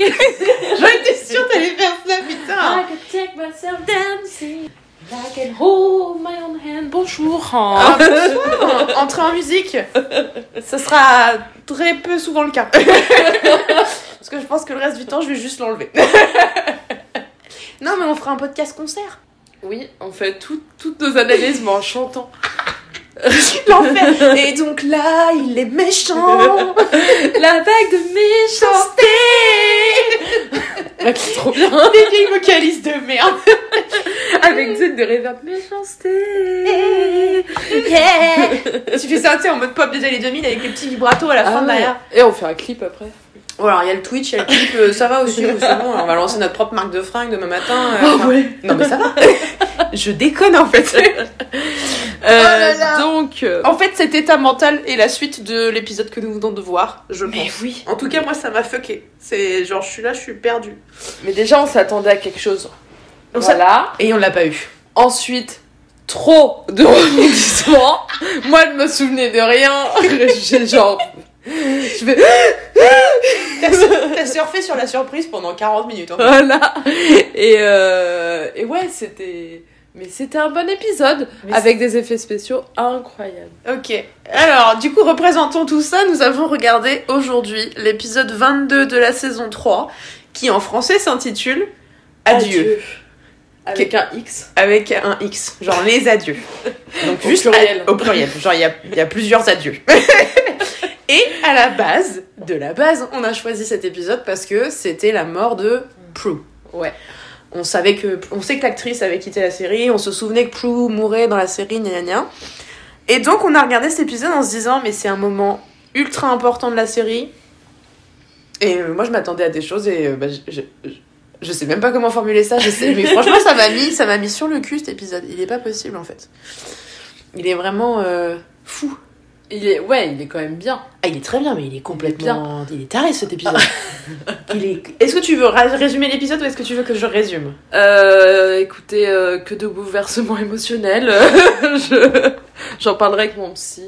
J'étais sûre que t'allais faire ça, putain. I could take myself dancing. I can hold my own hand. Bonjour. Ah, bonjour. Entrer en musique, ça sera très peu souvent le cas. Parce que je pense que le reste du temps, je vais juste l'enlever. Non, mais on fera un podcast concert. Oui, on fait toutes nos analyses, mais en chantant. L'enfer. Et donc là, il est méchant. La vague de méchanceté. C'est trop bien. Des vieilles vocalistes de merde. Avec des reverb méchanceté. Yeah. Tu fais ça, tu sais, en mode pop des années 2000 avec les petits vibratos à la fin derrière. Et on fait un clip après. Bon, alors il y a le Twitch, il y a le clip, ça va aussi, c'est bon, on va lancer notre propre marque de fringues demain matin. Ouais. Non mais ça va. Je déconne en fait. Donc. En fait, cet état mental est la suite de l'épisode que nous venons de voir, je pense. Mais oui. En tout cas, moi ça m'a fucké. C'est genre, je suis là, je suis perdue. Mais déjà, on s'attendait à quelque chose. Et on l'a pas eu. Ensuite, trop de rebondissements. Moi, je me souvenais de rien. J'ai genre. Je vais. T'as surfé sur la surprise pendant 40 minutes. En fait. Voilà. Et ouais, c'était. Mais c'était un bon épisode, avec des effets spéciaux incroyables. Ok. Alors, du coup, représentons tout ça. Nous avons regardé aujourd'hui l'épisode 22 de la saison 3, qui en français s'intitule Adieu. Avec un X. Avec un X. Genre les adieux. Donc Au juste pluriel. Au pluriel. Genre, il y a plusieurs adieux. Et à la base, on a choisi cet épisode parce que c'était la mort de Prue. Ouais. On sait que l'actrice avait quitté la série, on se souvenait que Prue mourait dans la série, gna gna gna. Et donc on a regardé cet épisode en se disant, mais c'est un moment ultra important de la série. Et moi je m'attendais à des choses et je sais même pas comment formuler ça, mais franchement ça m'a mis sur le cul cet épisode. Il est pas possible en fait. Il est vraiment fou. Il est quand même bien. Ah, il est très bien, mais il est complètement... Il est taré, cet épisode. Est-ce que tu veux résumer l'épisode ou est-ce que tu veux que je résume ? Écoutez, que de bouleversements émotionnels. J'en parlerai avec mon psy.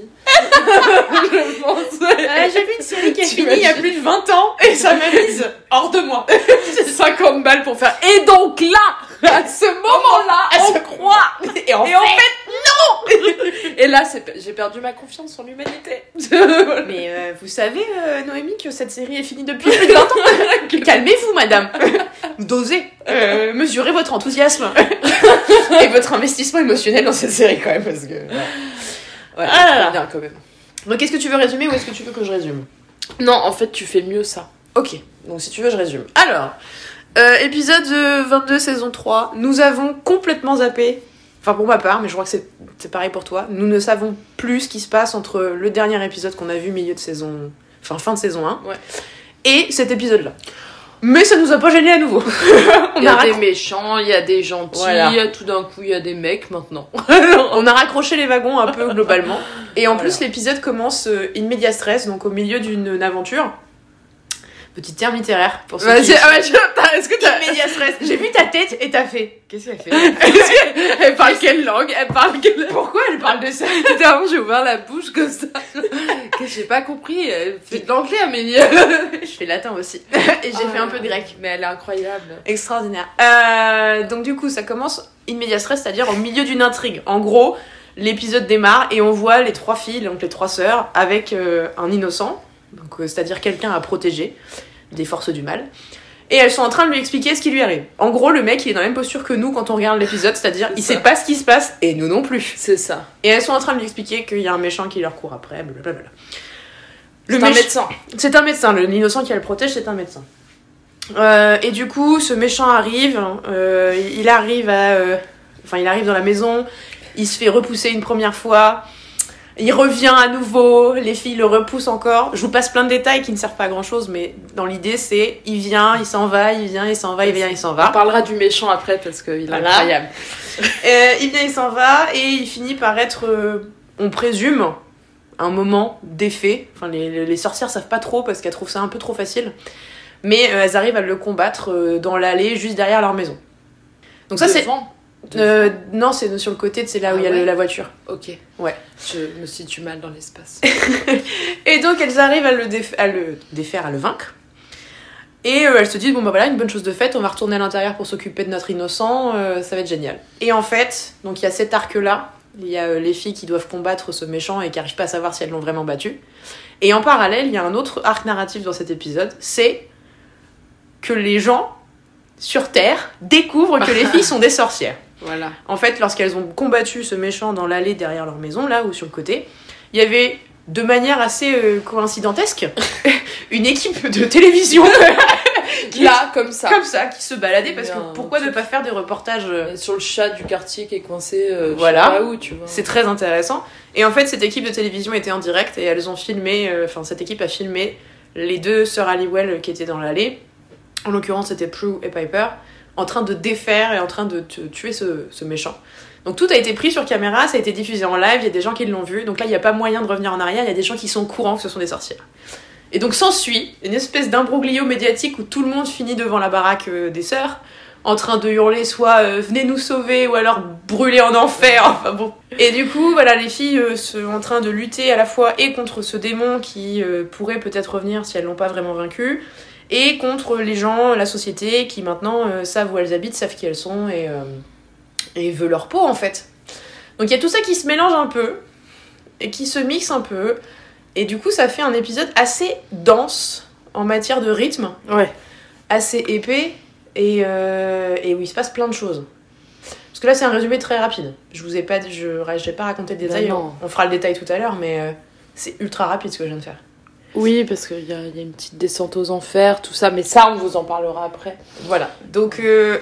Je pense. J'ai vu une série qui est finie il y a plus de 20 ans et ça m'a mise hors de moi. C'est 50 balles pour faire... Et donc là, à ce moment-là, on croit. Et en fait, non. Et là, j'ai perdu ma confiance en l'humanité. Mais vous savez, Noémie, que cette série est finie depuis plus de 20 ans. Calmez-vous, madame. Dosez. Mesurez votre enthousiasme. Et votre investissement émotionnel dans cette série, quand même, parce que... Ouais, c'est bien, quand même. Donc, est-ce que tu veux résumer ou est-ce que tu veux que je résume ? Non, en fait, tu fais mieux ça. Ok, donc si tu veux, je résume. Alors, épisode 22, saison 3, nous avons complètement zappé, enfin pour ma part, mais je crois que c'est pareil pour toi, nous ne savons plus ce qui se passe entre le dernier épisode qu'on a vu milieu de saison... Enfin, fin de saison 1, ouais. Et cet épisode-là. Mais ça nous a pas gêné à nouveau. Il y a des méchants, il y a des gentils, voilà. Tout d'un coup il y a des mecs maintenant. On a raccroché les wagons un peu globalement. Et en plus l'épisode commence in medias res, donc au milieu d'une aventure. Petit terme littéraire pour ceux qui... Est-ce que t'as... In medias res. J'ai vu ta tête et t'as fait... Qu'est-ce qu'elle fait? Elle parle quelle langue? Pourquoi elle parle de ça? D'abord j'ai ouvert la bouche comme ça. Que j'ai pas compris. Elle fait de l'anglais, Amélie. Je fais latin aussi. Et j'ai fait un peu de grec. Mais elle est incroyable. Extraordinaire. Donc du coup ça commence in medias res, c'est-à-dire au milieu d'une intrigue. En gros, l'épisode démarre et on voit les trois filles, donc les trois sœurs, avec un innocent. Donc, c'est-à-dire quelqu'un à protéger des forces du mal. Et elles sont en train de lui expliquer ce qui lui arrive. En gros, le mec, il est dans la même posture que nous quand on regarde l'épisode, c'est-à-dire il sait pas ce qui se passe, et nous non plus. C'est ça. Et elles sont en train de lui expliquer qu'il y a un méchant qui leur court après, blablabla. C'est un médecin. C'est un médecin, l'innocent qui le protège, c'est un médecin. Et du coup, ce méchant arrive, il arrive dans la maison, il se fait repousser une première fois... Il revient à nouveau, les filles le repoussent encore. Je vous passe plein de détails qui ne servent pas à grand chose, mais dans l'idée, c'est il vient, il s'en va, il vient, il s'en va, il vient, il s'en va. On parlera du méchant après parce qu'il est incroyable. Il vient, il s'en va, et il finit par être, on présume, un moment d'effet. Enfin, les sorcières savent pas trop parce qu'elles trouvent ça un peu trop facile, mais elles arrivent à le combattre dans l'allée juste derrière leur maison. Donc ça, c'est. Non, c'est sur le côté, c'est là où il y a la voiture. Ok. Ouais. Je me situe mal dans l'espace. Et donc elles arrivent à le défaire, à le vaincre. Et elles se disent, bon bah voilà, une bonne chose de faite, on va retourner à l'intérieur pour s'occuper de notre innocent, ça va être génial. Et en fait, donc il y a cet arc-là, il y a les filles qui doivent combattre ce méchant et qui n'arrivent pas à savoir si elles l'ont vraiment battu. Et en parallèle, il y a un autre arc narratif dans cet épisode, c'est que les gens sur Terre découvrent que les filles sont des sorcières. Voilà. En fait, lorsqu'elles ont combattu ce méchant dans l'allée derrière leur maison, là, ou sur le côté, il y avait, de manière assez coïncidentesque, une équipe de télévision Là, comme ça, qui se baladait, parce que pourquoi ne pas faire des reportages sur le chat du quartier qui est coincé, voilà. Je sais pas où, tu vois. C'est très intéressant. Et en fait, cette équipe de télévision était en direct, et elles ont filmé, cette équipe a filmé les deux sœurs Halliwell qui étaient dans l'allée, en l'occurrence c'était Prue et Piper, en train de défaire et en train de tuer ce méchant. Donc tout a été pris sur caméra, ça a été diffusé en live, il y a des gens qui l'ont vu, donc là il n'y a pas moyen de revenir en arrière, il y a des gens qui sont au courant que ce sont des sorcières. Et donc s'ensuit une espèce d'imbroglio médiatique où tout le monde finit devant la baraque des sœurs, en train de hurler soit venez nous sauver ou alors brûler en enfer, enfin bon. Et du coup, voilà, les filles sont en train de lutter à la fois et contre ce démon qui pourrait peut-être revenir si elles l'ont pas vraiment vaincu, et contre les gens, la société, qui maintenant savent où elles habitent, savent qui elles sont et veulent leur peau en fait. Donc il y a tout ça qui se mélange un peu, et qui se mixe un peu, et du coup ça fait un épisode assez dense en matière de rythme, Ouais. assez épais, et où il se passe plein de choses. Parce que là c'est un résumé très rapide. Je vais pas raconter le détail, non. on fera le détail tout à l'heure, mais c'est ultra rapide ce que je viens de faire. Oui, parce qu'il y a une petite descente aux enfers, tout ça, mais ça, on vous en parlera après. Voilà, donc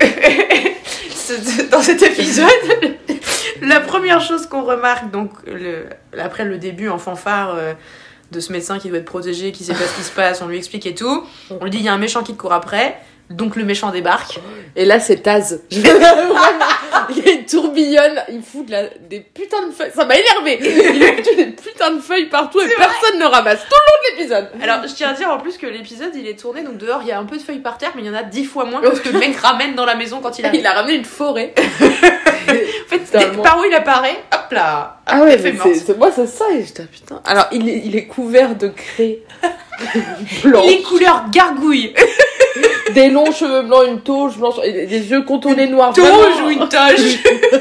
dans cet épisode, la première chose qu'on remarque, donc après le début en fanfare de ce médecin qui doit être protégé, qui sait pas ce qui se passe, on lui explique et tout, on lui dit il y a un méchant qui te court après, donc le méchant débarque. Et là, c'est Taz. Vraiment, il y a une tourbillonne, il fout des putains de feuilles. Ça m'a énervé. Il a foutu des putains de feuilles partout et personne ne ramasse tout le long de l'épisode. Alors, je tiens à dire en plus que l'épisode il est tourné, donc dehors il y a un peu de feuilles par terre, mais il y en a 10 fois moins que ce que le mec ramène dans la maison quand il arrive. Il a ramené une forêt. En fait, par où il apparaît, hop là. Ah ouais, fait mais morte. c'est moi c'est ça et j'étais putain. Alors il est couvert de craie blanche, Les couleurs gargouilles. des longs cheveux blancs, une toge blanche, et des yeux contournés noirs. Toge vraiment. ou une toge.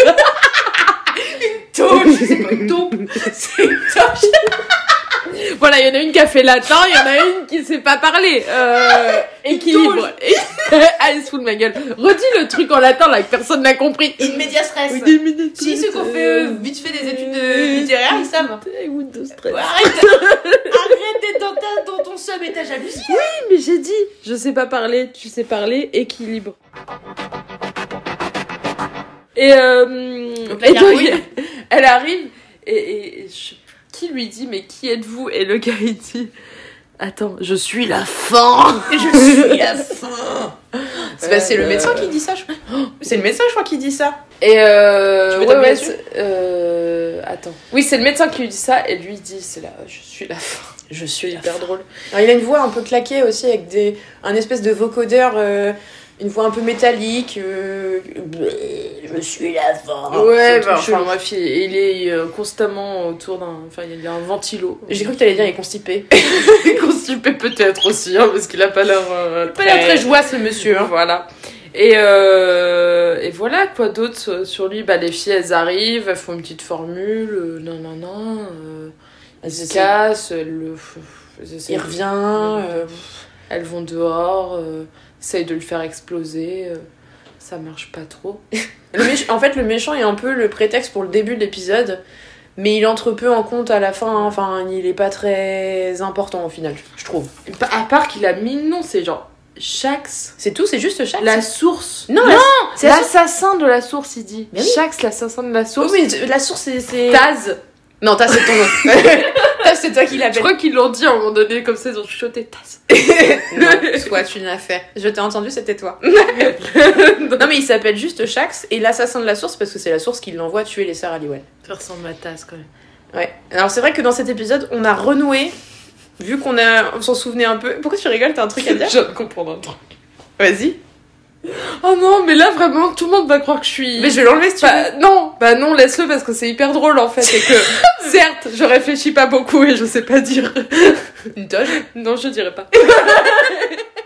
Une toge, c'est pas une taupe, c'est une toge. Voilà, il y en a une qui a fait latin, il y en a une qui sait pas parler. Équilibre. Allez, se fout de ma gueule. Redis le truc en latin là que personne n'a compris. In medias res. Si ceux qui ont fait vite fait des études littéraires, ils savent. Ouais, Arrête d'être dans ton seum et ta jalousie. mais j'ai dit, je sais pas parler, tu sais parler, équilibre. Et Donc la et gargouille. donc, elle arrive et qui lui dit mais qui êtes-vous? Et le gars il dit attends, je suis la faim. Je suis la faim. C'est le médecin qui dit ça, je crois. C'est le médecin, je crois, qui dit ça. Et Tu veux t'appuyer là-dessus attends. Oui, c'est le médecin qui lui dit ça et lui il dit je suis la faim. Je suis Hyper drôle. Alors, il a une voix un peu claquée aussi, avec un espèce de vocodeur, une voix un peu métallique. Je suis la faim. Ouais, C'est un truc chelou. bref, il est constamment autour il y a un ventilo. J'ai cru que t'allais dire il est constipé. Constipé peut-être aussi, hein, parce qu'il a pas l'air Pas l'air très joyeux, ce monsieur. Hein. Voilà. Et voilà, quoi d'autre sur lui, les filles elles arrivent, elles font une petite formule, elles se cassent, Il revient. elles vont dehors, essayent de le faire exploser, ça marche pas trop. En fait, le méchant est un peu le prétexte pour le début de l'épisode, mais il entre peu en compte à la fin. Hein. Enfin, il est pas très important au final, je trouve. À part qu'il a mis le nom, c'est genre Shax. C'est tout, c'est juste Shax. La source. Non, c'est l'assassin de la source, il dit. Mais oui. Shax, l'assassin de la source. Oui, mais la source, c'est... Taz. Non, Taz, c'est ton nom. Taz, c'est toi qui Je l'appelles. crois qu'ils l'ont dit à un moment donné, comme ça, ils ont chuchoté Taz. Non, toi, tu l'as fait. Je t'ai entendu, c'était toi. Non, mais il s'appelle juste Shax, et l'assassin de la source, parce que c'est la source qui l'envoie tuer les sœurs Halliwell. Ça ressemble à Taz, quand même. Ouais. Alors, c'est vrai que dans cet épisode, on a renoué, vu on s'en souvenait un peu. Pourquoi tu rigoles? T'as un truc à dire? Je viens de comprendre un truc. Vas-y. Oh non, mais là, vraiment, tout le monde va croire que je suis... Mais je vais l'enlever si tu veux. Non, laisse-le, parce que c'est hyper drôle, en fait, et que, certes, je réfléchis pas beaucoup et je sais pas dire. Une toge. Non, je dirais pas.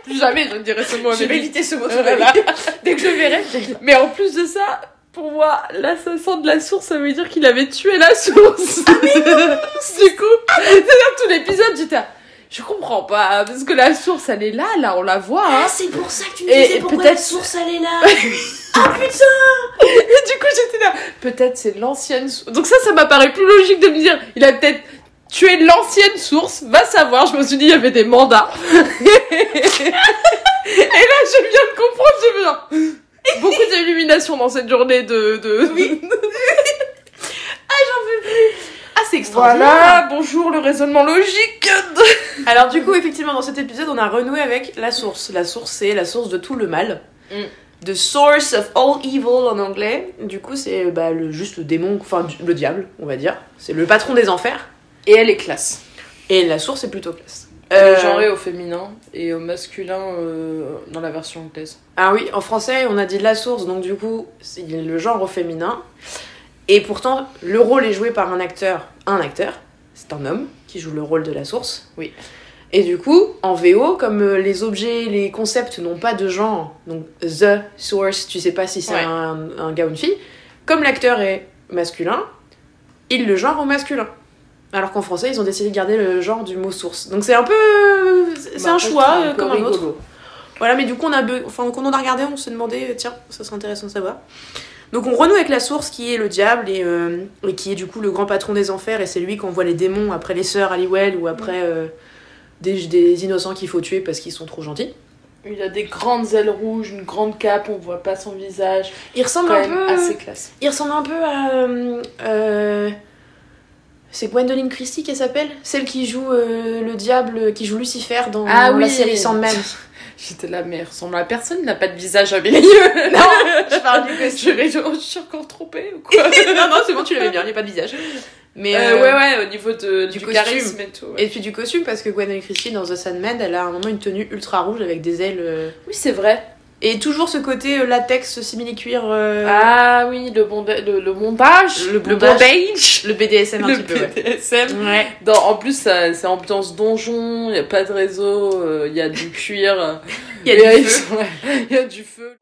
Plus jamais je dirais ce mot. Je vais Amélie. éviter ce mot. Voilà. Dès que je le verrai. Mais en plus de ça, pour moi, l'assassin de la source, ça veut dire qu'il avait tué la source. Ah mais non. Du coup, c'est-à-dire tout l'épisode, j'étais là, je comprends pas, parce que la source, elle est là, on la voit. Hein. Ah, c'est pour ça que tu me disais pourquoi peut-être la source, elle est là. Ah putain. Et du coup, j'étais là, peut-être c'est l'ancienne source. Donc ça m'apparaît plus logique de me dire, il a peut-être tué l'ancienne source, va savoir. Je me suis dit, il y avait des mandats. Et là, je viens de comprendre, je me dis, beaucoup d'illumination dans cette journée de... Oui. Ah, j'en veux plus. Ah, c'est extraordinaire. Voilà, bonjour le raisonnement logique. Alors du coup, effectivement, dans cet épisode, on a renoué avec la source. La source, c'est la source de tout le mal. The source of all evil en anglais. Du coup, c'est juste le démon, enfin le diable, on va dire. C'est le patron des enfers. Et elle est classe. Et la source est plutôt classe. Genrée au féminin et au masculin dans la version anglaise. Ah oui, en français, on a dit la source, donc du coup, c'est le genre au féminin. Et pourtant, le rôle est joué par un acteur. C'est un homme qui joue le rôle de la source. Oui. Et du coup, en VO, comme les objets, les concepts n'ont pas de genre, donc the source, tu sais pas si c'est un gars ou une fille, comme l'acteur est masculin, il le genre au masculin. Alors qu'en français, ils ont décidé de garder le genre du mot source. Donc c'est un peu... C'est un choix comme un autre. Voilà, mais du coup, quand on a regardé, on s'est demandé, tiens, ça serait intéressant de savoir. Donc on renoue avec la source qui est le diable et qui est du coup le grand patron des enfers, et c'est lui qu'on voit les démons après les sœurs Halliwell ou après des innocents qu'il faut tuer parce qu'ils sont trop gentils. Il a des grandes ailes rouges, une grande cape, on voit pas son visage. Il ressemble quand un même peu... assez classe. Il ressemble un peu à... c'est Gwendoline Christie qu'elle s'appelle, celle qui joue le diable, qui joue Lucifer dans la série Sandman. J'étais là, mais elle ressemble à personne, il n'a pas de visage à Amélie. Non, je parle du costume. Je suis encore trompée ou quoi? Non, c'est bon, tu l'avais bien, il n'y a pas de visage. Mais ouais, au niveau du costume. charisme et tout. Ouais. Et puis du costume, parce que Gwendoline Christie dans The Sandman, elle a à un moment une tenue ultra rouge avec des ailes. Oui, c'est vrai. Et toujours ce côté latex, simili-cuir. Ah oui, le bondage. Le bondage. Le BDSM un petit peu. Le BDSM. Ouais. En plus, c'est ambiance donjon, il n'y a pas de réseau, il y a du cuir. Il y a du feu. Il y a du feu.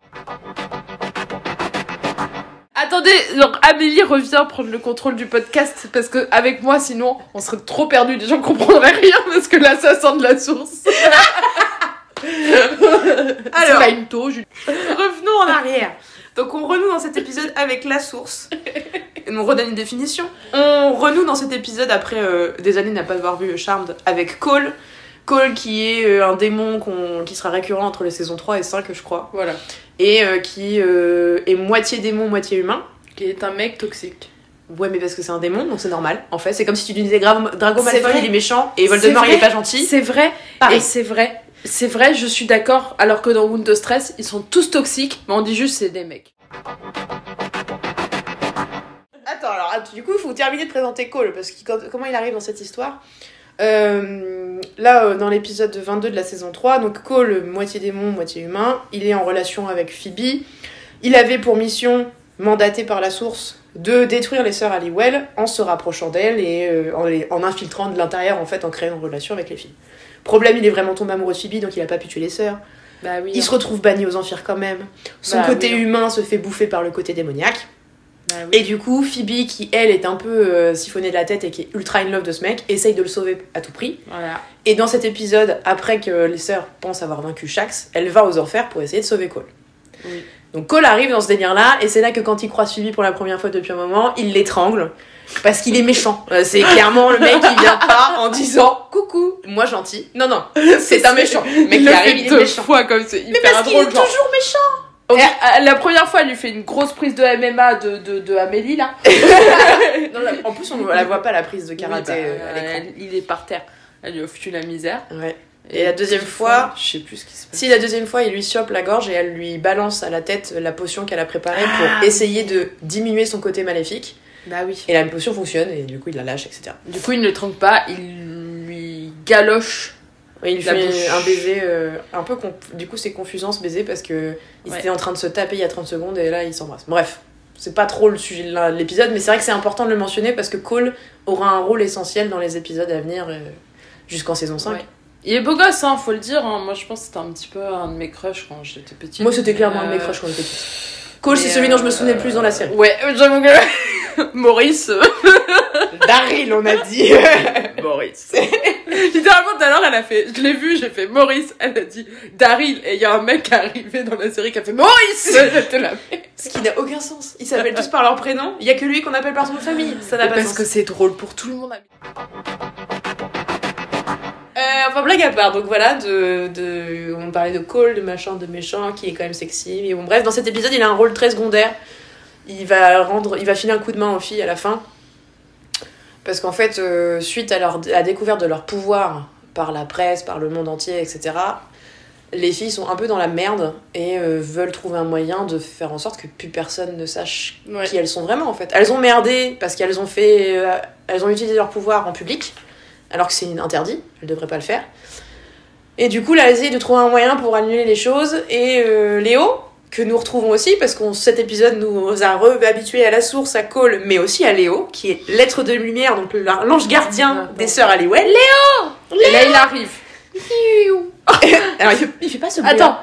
Attendez, donc Amélie revient prendre le contrôle du podcast parce que avec moi, sinon, on serait trop perdus. Les gens comprendraient rien parce que l'assassin de la source. Alors, revenons en arrière. Donc on renoue dans cet épisode avec la source. Et on redonne une définition. On renoue dans cet épisode après des années n'a pas avoir vu Charmed avec Cole. Cole qui est un démon qui sera récurrent entre les saisons 3 et 5 je crois. Voilà. Et qui est moitié démon, moitié humain. Qui est un mec toxique. Ouais, mais parce que c'est un démon, donc c'est normal. En fait, c'est comme si tu disais Drago C'est Malfoy, vrai. il est méchant, et Voldemort, il est pas gentil. C'est vrai, Pareil. et c'est vrai, je suis d'accord, alors que dans Wound of Stress, ils sont tous toxiques, mais on dit juste c'est des mecs. Attends, alors, du coup, il faut terminer de présenter Cole, parce que comment il arrive dans cette histoire. Là, dans l'épisode 22 de la saison 3, donc Cole, moitié démon, moitié humain, il est en relation avec Phoebe. Il avait pour mission, mandaté par la source, de détruire les sœurs Halliwell en se rapprochant d'elles et en infiltrant de l'intérieur, en fait, en créant une relation avec les filles. Problème, il est vraiment tombé amoureux de Phoebe, donc il a pas pu tuer les sœurs. Bah oui. Il se retrouve banni aux enfers quand même. Son côté humain se fait bouffer par le côté démoniaque. Bah oui. Et du coup, Phoebe, qui elle est un peu siphonnée de la tête et qui est ultra in love de ce mec, essaye de le sauver à tout prix. Voilà. Et dans cet épisode, après que les sœurs pensent avoir vaincu Shax, elle va aux enfers pour essayer de sauver Cole. Oui. Donc Cole arrive dans ce délire-là, et c'est là que quand il croise Phoebe pour la première fois depuis un moment, il l'étrangle. Parce qu'il est méchant. C'est clairement le mec qui vient pas en disant coucou, moi gentil. Non, non, c'est un méchant. Le mec qui arrive, il est méchant. Fois, comme c'est hyper Mais parce qu'il est drôle, genre. toujours méchant. Okay. La première fois, elle lui fait une grosse prise de MMA de Amélie, là. Non, là, en plus, on la voit pas, la prise de karaté à l'écran. Il est par terre. Elle lui a foutu la misère. Ouais. Et la deuxième fois, je sais plus ce qui se passe. Si la deuxième fois, il lui chope la gorge et elle lui balance à la tête la potion qu'elle a préparée pour essayer de diminuer son côté maléfique. Bah oui. Et la potion fonctionne et du coup, il la lâche, etc. Du coup, il ne le tranque pas, il lui galoche. Ouais, il lui fait un baiser un peu... Du coup, c'est confusant ce baiser parce que ils étaient en train de se taper il y a 30 secondes et là, ils s'embrassent. Bref, c'est pas trop le sujet de l'épisode, mais c'est vrai que c'est important de le mentionner parce que Cole aura un rôle essentiel dans les épisodes à venir jusqu'en saison 5. Ouais. Il est beau gosse, hein, faut le dire. Hein. Moi, je pense que c'était un petit peu un de mes crushs quand j'étais petite. Moi, c'était clairement un de mes crushs quand j'étais petite. Cole, c'est celui dont je me souvenais le plus dans la série. Ouais, j'avoue que... Maurice. Daryl, on a dit. Maurice. Littéralement, tout à l'heure, elle a fait... Je l'ai vu, j'ai fait Maurice. Elle a dit Daryl. Et il y a un mec qui est arrivé dans la série qui a fait Maurice. J'étais là. Ce qui n'a aucun sens. Ils s'appellent tous par leur prénom. Il y a que lui qu'on appelle par son nom de famille. Ça n'a pas de Parce sens. que c'est drôle pour tout le monde. Enfin, blague à part, donc voilà, on parlait de Cole, de machin, de méchant, qui est quand même sexy. Mais bon, bref, dans cet épisode, il a un rôle très secondaire. Il va filer un coup de main aux filles à la fin. Parce qu'en fait, suite à la découverte de leur pouvoir par la presse, par le monde entier, etc., les filles sont un peu dans la merde et veulent trouver un moyen de faire en sorte que plus personne ne sache qui elles sont vraiment, en fait. Elles ont merdé parce qu'elles ont elles ont utilisé leur pouvoir en public. Alors que c'est interdit, elle devrait pas le faire. Et du coup, là, elle essaye de trouver un moyen pour annuler les choses. Et Léo, que nous retrouvons aussi, parce que cet épisode nous a habitués à la source, à Cole, mais aussi à Léo, qui est l'être de lumière, donc l'ange gardien des sœurs Halliwell. Léo. Et là, il arrive. Alors, il fait pas ce bruit. Attends.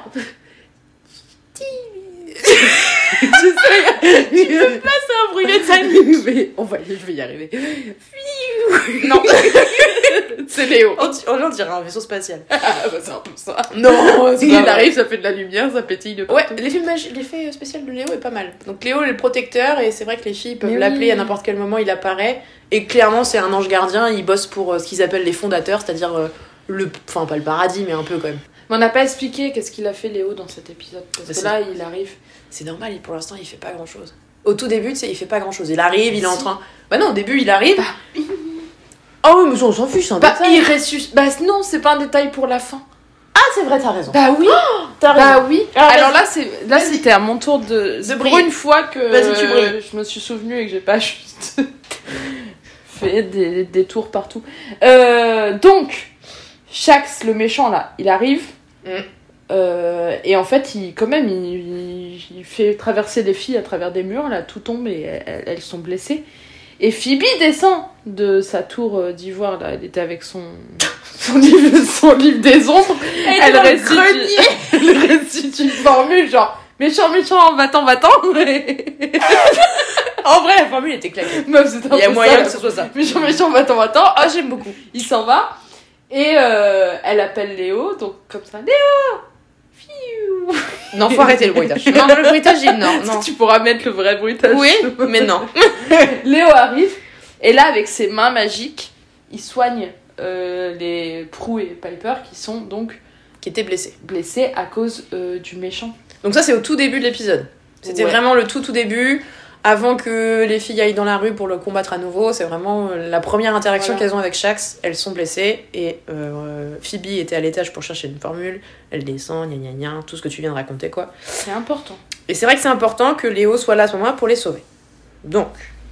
Tu peux pas, c'est un bruit de famille. Mais je vais y arriver. Non. C'est Léo. On dirait un vaisseau spatial. Ah, bah c'est un peu ça. Non, il arrive, ça fait de la lumière, ça pétille de partout. Ouais, l'effet spécial de Léo est pas mal. Donc Léo est le protecteur et c'est vrai que les filles peuvent l'appeler à n'importe quel moment, il apparaît. Et clairement, c'est un ange gardien, il bosse pour ce qu'ils appellent les fondateurs, c'est-à-dire enfin pas le paradis, mais un peu quand même. Mais on n'a pas expliqué qu'est-ce qu'il a fait Léo dans cet épisode. Parce que là, il arrive. C'est normal, pour l'instant, il fait pas grand-chose. Au tout début, tu sais, il fait pas grand-chose. Il arrive, il est en train... Bah non, au début, il arrive... Oh oui, mais on s'en fiche, c'est un détail. Il ressuscite... Bah non, c'est pas un détail pour la fin. Ah, c'est vrai, t'as raison. Bah oui. T'as raison. Bah oui. Alors là, c'était à mon tour de pour une fois que je me suis souvenue et que j'ai pas juste fait des tours partout. Donc, Shax, le méchant, là, il arrive... et en fait, il fait traverser les filles à travers des murs, là, tout tombe et elles sont blessées. Et Phoebe descend de sa tour d'ivoire, là, elle était avec son livre des ombres. Elle récite une formule, genre, méchant, va-t'en. En vrai, la formule était claquée. Il y a moyen que ce soit ça. Méchant, va-t'en. Ah, j'aime beaucoup. Il s'en va. Et elle appelle Léo, donc comme ça, Léo! Fiou! Non, faut arrêter le bruitage. Non, le bruitage, non. Tu pourras mettre le vrai bruitage. Oui, mais non. Léo arrive, et là, avec ses mains magiques, il soigne les Prue et Piper qui sont donc... Qui étaient blessés à cause du méchant. Donc ça, c'est au tout début de l'épisode. C'était vraiment le tout début... Avant que les filles aillent dans la rue pour le combattre à nouveau, c'est vraiment la première interaction qu'elles ont avec Shax. Elles sont blessées et Phoebe était à l'étage pour chercher une formule. Elle descend, gna, tout ce que tu viens de raconter, quoi. C'est important. Et c'est vrai que c'est important que Léo soit là à ce moment-là pour les sauver. Donc,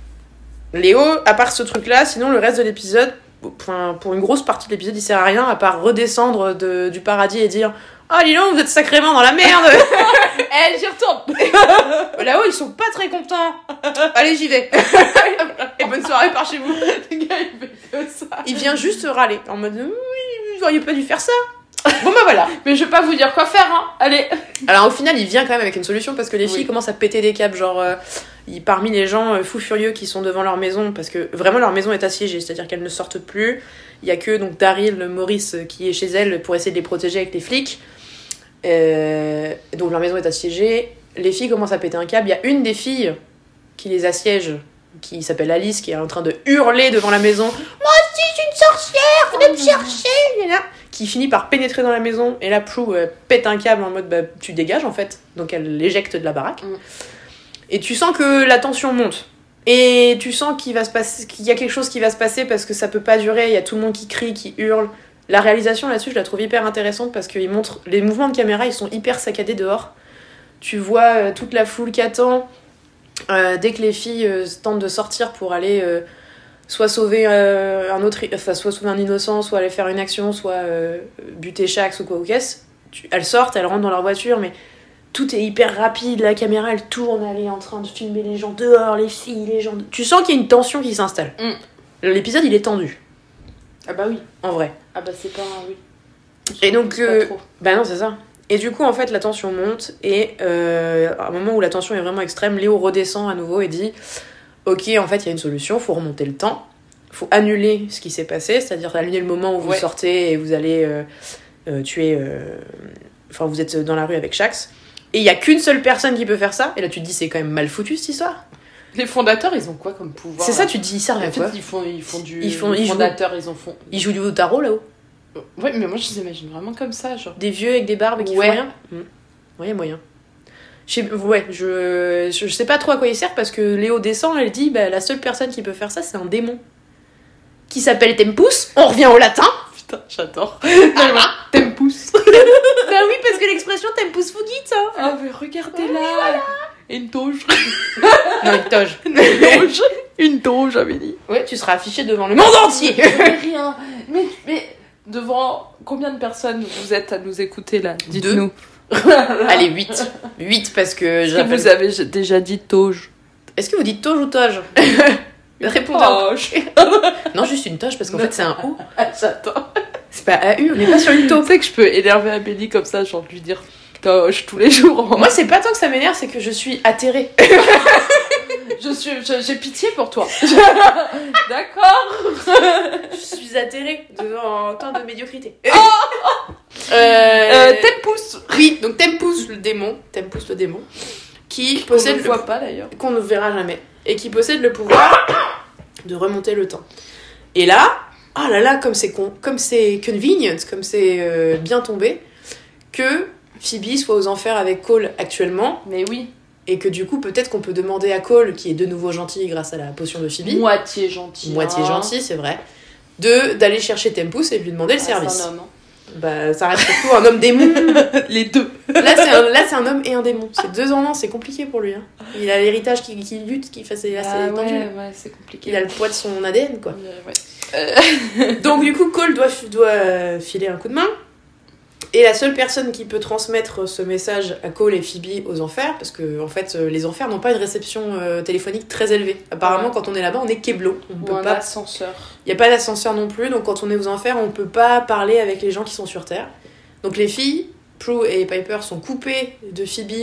Léo, à part ce truc-là, sinon le reste de l'épisode, pour une grosse partie de l'épisode, il sert à rien à part redescendre du paradis et dire « Oh, dis donc, vous êtes sacrément dans la merde !» J'y retourne. Là-haut, ils sont pas très contents. Allez, j'y vais. Et bonne soirée par chez vous. Le gars, il fait que ça. Il vient juste râler. En mode, oui, vous auriez pas dû faire ça. Bon, bah voilà. Mais je vais pas vous dire quoi faire, hein. Allez. Alors, au final, il vient quand même avec une solution parce que les filles commencent à péter des câbles. Genre, parmi les gens fous furieux qui sont devant leur maison, parce que vraiment leur maison est assiégée, c'est-à-dire qu'elles ne sortent plus. Il y a que donc Daryl, Maurice, qui est chez elle pour essayer de les protéger avec les flics. Donc leur maison est assiégée, les filles commencent à péter un câble. Il y a une des filles qui les assiège, qui s'appelle Alice, qui est en train de hurler devant la maison. Moi aussi je suis une sorcière, venez me chercher, qui finit par pénétrer dans la maison. Et là Prue pète un câble en mode bah, tu dégages en fait, donc elle l'éjecte de la baraque. Et tu sens que la tension monte. Et tu sens qu'il y a quelque chose qui va se passer parce que ça peut pas durer. Il y a tout le monde qui crie, qui hurle. La réalisation là-dessus, je la trouve hyper intéressante parce qu'ils montrent les mouvements de caméra, ils sont hyper saccadés dehors. Tu vois toute la foule qui attend. Dès que les filles tentent de sortir pour aller soit sauver soit sauver un innocent, soit aller faire une action, soit buter Shax ou quoi ou qu'est-ce, elles sortent, elles rentrent dans leur voiture, mais tout est hyper rapide. La caméra, elle tourne, elle est en train de filmer les gens dehors, les filles, les gens. Tu sens qu'il y a une tension qui s'installe. L'épisode, il est tendu. Ah bah oui. En vrai. Ah bah c'est pas... Oui. Et donc, Pas trop. bah non, c'est ça. Et du coup, en fait, la tension monte. Et à un moment où la tension est vraiment extrême, Léo redescend à nouveau et dit ok, en fait, il y a une solution, faut remonter le temps. Faut annuler ce qui s'est passé, c'est-à-dire annuler le moment où vous sortez et vous allez tuer. Enfin, vous êtes dans la rue avec Shax. Et il y a qu'une seule personne qui peut faire ça. Et là, tu te dis, c'est quand même mal foutu cette histoire. Les fondateurs, ils ont quoi comme pouvoir? C'est ça, tu te dis, ils servent à quoi? En fait, ils font du. Ils fondateurs, Ils jouent du tarot là-haut. Ouais, mais moi je les imagine vraiment comme ça, genre. Des vieux avec des barbes qui font rien. Ouais, moyen. Je sais pas trop à quoi ils servent parce que Léo descend, elle dit, bah, la seule personne qui peut faire ça, c'est un démon. Qui s'appelle Tempus. On revient au latin. Putain, j'adore. Tempus. Bah oui, parce que l'expression Tempus fugit, ça. Ah, mais regardez là. Voilà. Une toge. Non, une toge. Une toge, j'avais dit. Ouais, tu seras affiché devant le monde entier. Rien. Mais devant combien de personnes vous êtes à nous écouter là? Dites-nous. Allez, 8. 8 parce que Est-ce que vous avez déjà dit toge? Est-ce que vous dites toge ou toge? Répondez. Toge. Non, juste une toge parce qu'en fait c'est un O. J'attends. C'est pas AU, on n'est pas sur une taupe. Tu sais que je peux énerver Amélie comme ça, genre lui dire toge tous les jours. Moi, c'est pas tant que ça m'énerve, c'est que je suis atterrée. J'ai pitié pour toi. D'accord. Je suis atterrée devant tant de médiocrité. Tempus. Oui, donc Tempus le démon, qui possède qu'on ne voit pas d'ailleurs, qu'on ne verra jamais, et qui possède le pouvoir de remonter le temps. Et là, oh là là, comme c'est convenient, comme c'est bien tombé, que Phoebe soit aux enfers avec Cole actuellement. Mais oui. Et que du coup, peut-être qu'on peut demander à Cole, qui est de nouveau gentil grâce à la potion de Phoebe. Moitié gentil, c'est vrai. D'aller chercher Tempus et de lui demander le service. C'est un homme. Bah, ça reste surtout un homme démon. Les deux. Là, c'est un homme et un démon. C'est 2 en 1, c'est compliqué pour lui. Hein. Il a l'héritage qui lutte, qui fait assez tendu. Ouais, c'est compliqué. Il a le poids de son ADN, quoi. Ouais. Donc, du coup, Cole doit filer un coup de main. Et la seule personne qui peut transmettre ce message à Cole et Phoebe aux enfers, parce que en fait, les enfers n'ont pas une réception téléphonique très élevée. Apparemment, quand on est là-bas, on est keblo. On peut pas. Ascenseur. Il n'y a pas d'ascenseur non plus, donc quand on est aux enfers, on peut pas parler avec les gens qui sont sur Terre. Donc les filles, Prue et Piper, sont coupées de Phoebe,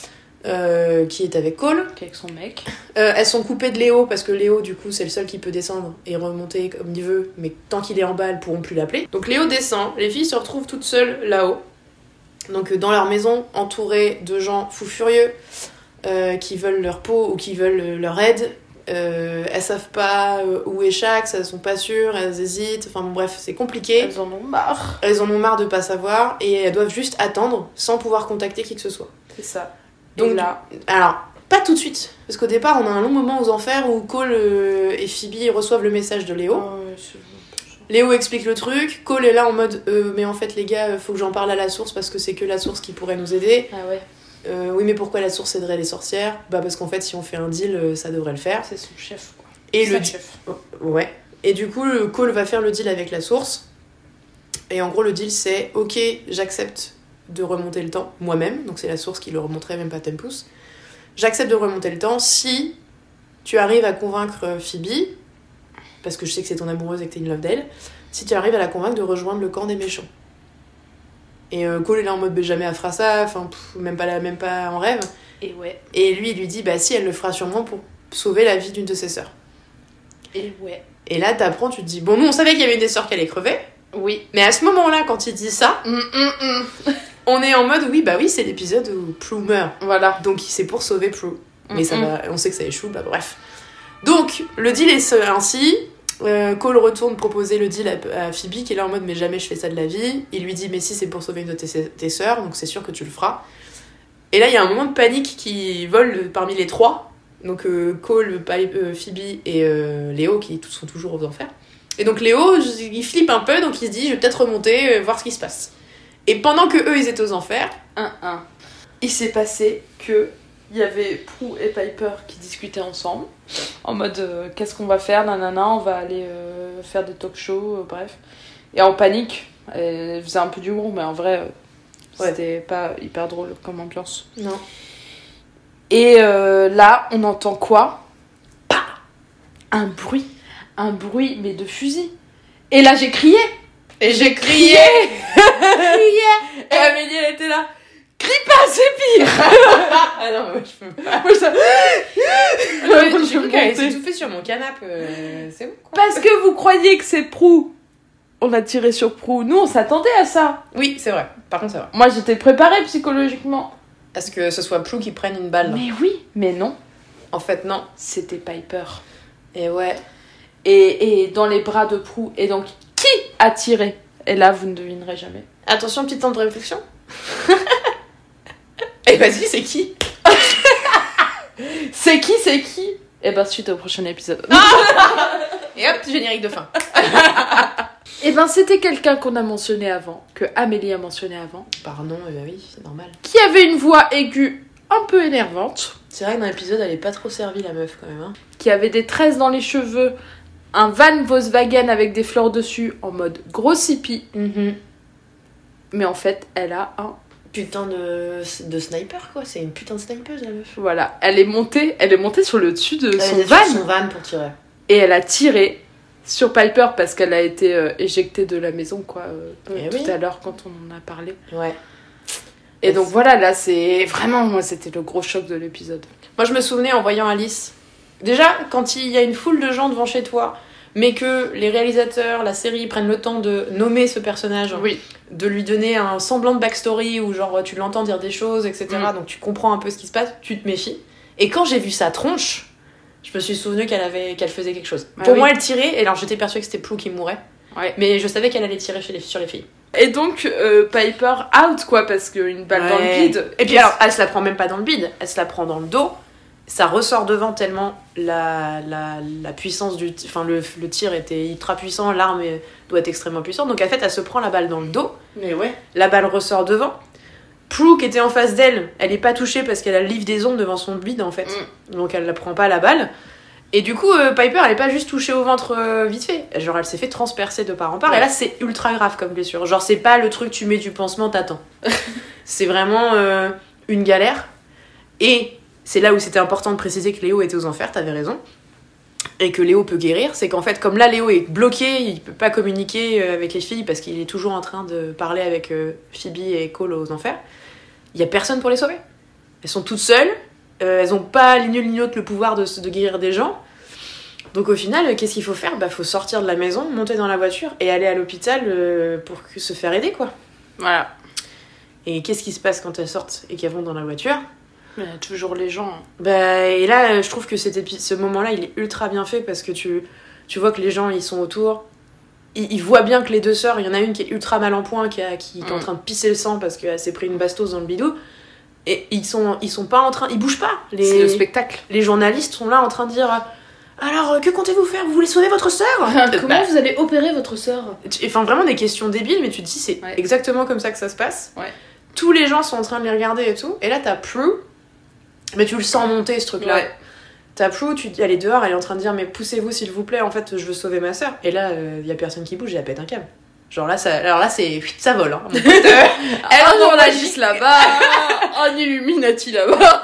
qui est avec Cole. Qui est avec son mec. Elles sont coupées de Léo, parce que Léo, du coup, c'est le seul qui peut descendre et remonter comme il veut, mais tant qu'il est en bas, elles pourront plus l'appeler. Donc Léo descend, les filles se retrouvent toutes seules là-haut. Donc dans leur maison, entourées de gens fous furieux, qui veulent leur peau ou qui veulent leur aide. Elles savent pas où est Shax, elles sont pas sûres, elles hésitent, enfin bon, bref, c'est compliqué. Elles en ont marre. Elles en ont marre de pas savoir et elles doivent juste attendre sans pouvoir contacter qui que ce soit. C'est ça. Donc et là, alors, pas tout de suite, parce qu'au départ, on a un long moment aux enfers où Cole et Phoebe reçoivent le message de Léo. Léo explique le truc, Cole est là en mode mais en fait les gars, faut que j'en parle à la source parce que c'est que la source qui pourrait nous aider. Ah ouais. Oui, mais pourquoi la source aiderait les sorcières? Bah parce qu'en fait si on fait un deal, ça devrait le faire. C'est son chef, quoi. Et le chef. Ouais. Et du coup, Cole va faire le deal avec la source. Et en gros, le deal c'est ok, j'accepte de remonter le temps moi-même, donc c'est la source qui le remonterait, même pas Tempus. J'accepte de remonter le temps si tu arrives à convaincre Phoebe, parce que je sais que c'est ton amoureuse et que t'es in love d'elle, si tu arrives à la convaincre de rejoindre le camp des méchants. Et Cole est là en mode jamais elle fera ça, enfin même pas en rêve. Et ouais. Et lui il lui dit bah si, elle le fera sûrement pour sauver la vie d'une de ses sœurs. Et ouais. Et là t'apprends, tu te dis bon, nous on savait qu'il y avait une des sœurs qui allait crever. Oui. Mais à ce moment-là, quand il dit ça, on est en mode oui, bah oui, c'est l'épisode où Prue meurt. Voilà. Donc c'est pour sauver Prue. Mais ça va, on sait que ça échoue, bah bref. Donc le deal est ainsi. Cole retourne proposer le deal à Phoebe qui est là en mode mais jamais je fais ça de la vie. Il lui dit mais si c'est pour sauver une de tes sœurs, donc c'est sûr que tu le feras. Et là il y a un moment de panique qui vole parmi les trois. Donc Cole, Phoebe et Léo qui sont toujours aux enfers. Et donc Léo, il flippe un peu, donc il se dit je vais peut-être remonter, voir ce qui se passe. Et pendant que eux ils étaient aux enfers, il s'est passé que il y avait Prue et Piper qui discutaient ensemble en mode qu'est-ce qu'on va faire, nanana, on va aller faire des talk shows, bref. Et en panique, elle faisait un peu d'humour, mais en vrai c'était pas hyper drôle comme ambiance. Non. Et là on entend quoi? Un bruit mais de fusil. Et là j'ai crié. Et j'ai crié. Et Amélie, elle était là. Crie pas, c'est pire. Ah non, mais moi, je peux pas. Moi, ça... J'ai cru qu'elle s'est étouffée sur mon canapé. C'est bon, quoi. Parce que vous croyez que c'est Prue. On a tiré sur Prue. Nous, on s'attendait à ça. Oui, c'est vrai. Par contre, c'est vrai. Moi, j'étais préparée psychologiquement. À ce que ce soit Prue qui prenne une balle. Mais oui, mais non. En fait, non. C'était Piper. Et ouais. Et dans les bras de Prue. Et donc, qui a tiré? Et là, vous ne devinerez jamais. Attention, petit temps de réflexion. Et vas-y, c'est qui? C'est qui? Et ben, suite au prochain épisode. Et hop, générique de fin. Et ben, c'était quelqu'un qu'on a mentionné avant, que Amélie a mentionné avant, Pardon, bah oui, c'est normal. qui avait une voix aiguë un peu énervante, C'est vrai que dans l'épisode, elle est pas trop servie, la meuf, quand même. Hein. qui avait des tresses dans les cheveux, un van Volkswagen avec des fleurs dessus en mode gros sipi, mais en fait, elle a un... Putain de sniper, quoi. C'est une putain de sniper, la meuf. Voilà, elle est montée sur le dessus de son Elle van. est sur son van pour tirer. Et elle a tiré sur Piper parce qu'elle a été éjectée de la maison, quoi, tout à l'heure quand on en a parlé. Ouais. Et donc voilà, là, c'est vraiment, moi, c'était le gros choc de l'épisode. Moi, je me souvenais en voyant Alice. Déjà, quand il y a une foule de gens devant chez toi, mais que les réalisateurs, la série prennent le temps de nommer ce personnage, Oui. de lui donner un semblant de backstory où genre tu l'entends dire des choses, etc. Donc tu comprends un peu ce qui se passe, tu te méfies. Et quand j'ai vu sa tronche, je me suis souvenu qu'elle faisait quelque chose. Ah Pour oui. moi, elle tirait, et alors j'étais persuadée que c'était Prue qui mourait. Ouais. Mais je savais qu'elle allait tirer sur les filles. Et donc, Piper out, quoi, parce qu'une balle dans le bide. Et puis alors, elle se la prend même pas dans le bide, elle se la prend dans le dos. Ça ressort devant tellement la puissance du... Enfin, le tir était ultra puissant, l'arme doit être extrêmement puissante. Donc en fait, elle se prend la balle dans le dos. Mais ouais. La balle ressort devant. Prue, qui était en face d'elle, elle est pas touchée parce qu'elle a le livre des ondes devant son bide, en fait. Donc elle la prend pas, la balle. Et du coup, Piper, elle est pas juste touchée au ventre vite fait. Genre, elle s'est fait transpercer de part en part. Ouais. Et là, c'est ultra grave comme blessure. Genre, c'est pas le truc, tu mets du pansement, t'attends. C'est vraiment une galère. Et c'est là où c'était important de préciser que Léo était aux enfers, t'avais raison. Et que Léo peut guérir. C'est qu'en fait, comme là, Léo est bloqué, il peut pas communiquer avec les filles parce qu'il est toujours en train de parler avec Phoebe et Cole aux enfers. Il y a personne pour les sauver. Elles sont toutes seules. Elles ont pas ni l'une ni l'autre le pouvoir de guérir des gens. Donc au final, qu'est-ce qu'il faut faire? Faut sortir de la maison, monter dans la voiture et aller à l'hôpital pour se faire aider, quoi. Voilà. Et qu'est-ce qui se passe quand elles sortent et qu'elles vont dans la voiture? Mais toujours les gens. Et là, je trouve que ce moment-là, il est ultra bien fait parce que tu vois que les gens, ils sont autour. Ils voient bien que les deux sœurs, il y en a une qui est ultra mal en point, qui est en train de pisser le sang parce qu'elle s'est pris une bastos dans le bidou. Et ils sont pas en train... Ils bougent pas. C'est le spectacle. Les journalistes sont là en train de dire... Alors, que comptez-vous faire? Vous voulez sauver votre sœur? Comment vous allez opérer votre sœur? Enfin, vraiment des questions débiles, mais tu te dis, c'est exactement comme ça que ça se passe. Ouais. Tous les gens sont en train de les regarder et tout. Et là, t'as Prue. Mais tu le sens monter, ce truc-là. Ouais. T'as Prue, elle est dehors, elle est en train de dire, mais poussez-vous s'il vous plaît, en fait, je veux sauver ma sœur. Et là, y a personne qui bouge, et elle pète un câble. Genre là, ça vole. Hein. Un journaliste là-bas, un Illuminati là-bas.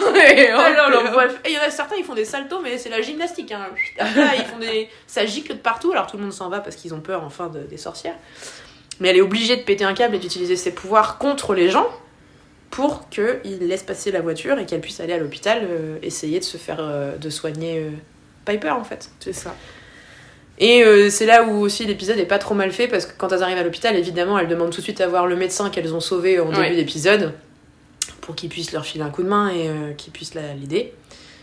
Et il y en a certains, ils font des saltos, mais c'est la gymnastique. Hein. Après, ça gicle de partout, alors tout le monde s'en va parce qu'ils ont peur, enfin, des sorcières. Mais elle est obligée de péter un câble et d'utiliser ses pouvoirs contre les gens pour qu'ils laissent passer la voiture et qu'elle puisse aller à l'hôpital essayer de se faire de soigner Piper, en fait. C'est ça. Et c'est là où aussi l'épisode est pas trop mal fait parce que quand elles arrivent à l'hôpital, évidemment, elles demandent tout de suite à voir le médecin qu'elles ont sauvé en début d'épisode pour qu'il puisse leur filer un coup de main et qu'il puisse l'aider.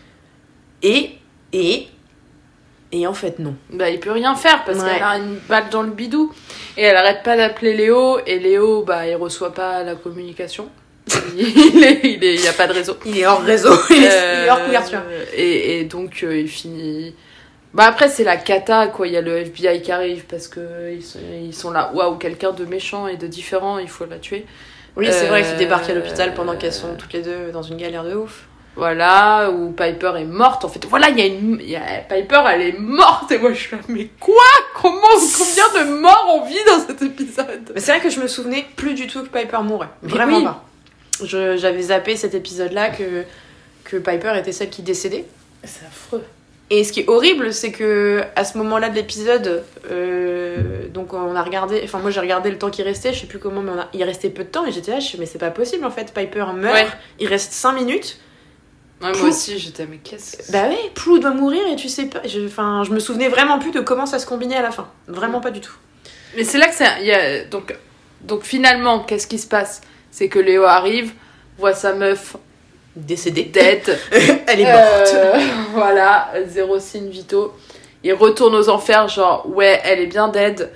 Et en fait, non. Il peut rien faire parce qu'elle a une balle dans le bidou et elle arrête pas d'appeler Léo et Léo, il reçoit pas la communication. Il y a pas de réseau. Il est hors réseau, il est hors couverture. Et donc, il finit... après, c'est la cata, quoi. Il y a le FBI qui arrive parce que ils sont là. Waouh, quelqu'un de méchant et de différent, il faut la tuer. Oui, c'est vrai qu'ils débarquent à l'hôpital pendant qu'elles sont toutes les deux dans une galère de ouf. Voilà, où Piper est morte. En fait, voilà, Piper, elle est morte. Et moi, je suis là, mais quoi? Combien de morts on vit dans cet épisode? Mais c'est vrai que je me souvenais plus du tout que Piper mourait. Vraiment pas. J'avais zappé cet épisode-là que Piper était celle qui décédait. C'est affreux. Et ce qui est horrible, c'est que à ce moment-là de l'épisode, donc on a regardé, enfin moi j'ai regardé le temps qui restait, je sais plus comment, mais il restait peu de temps et j'étais là, mais c'est pas possible en fait, Piper meurt, Ouais. il reste 5 minutes. Ouais, Plou. moi aussi, j'étais, mais qu'est-ce. Bah ouais, Plou doit mourir et tu sais pas, je me souvenais vraiment plus de comment ça se combinait à la fin, vraiment pas du tout. Mais c'est là que ça. Donc finalement, qu'est-ce qui se passe? C'est que Léo arrive, voit sa meuf Décédée. dead. Elle est morte. Voilà, zéro signe vitaux. Il retourne aux enfers, genre, ouais, elle est bien dead.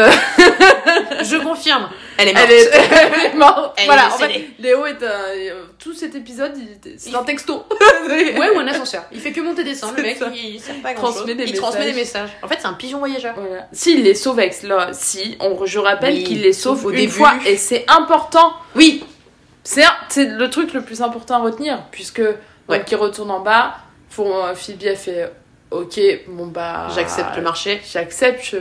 Je confirme, elle est morte. Elle est morte. Elle Voilà, est en fait, décédée. Léo est tout cet épisode, c'est un texto. Ouais, ou un ascenseur. Il fait que monter descendre, le mec, C'est ça. il sert pas à grand chose. Transmet des Il transmet messages. des messages. En fait, c'est un pigeon voyageur. Voilà. S'il les sauve avec là, je rappelle Oui, qu'il les sauve au une début. fois et c'est important. Oui. C'est le truc le plus important à retenir puisque donc il retourne en bas. Phoebe a fait ok, bon bah J'accepte le marché. j'accepte.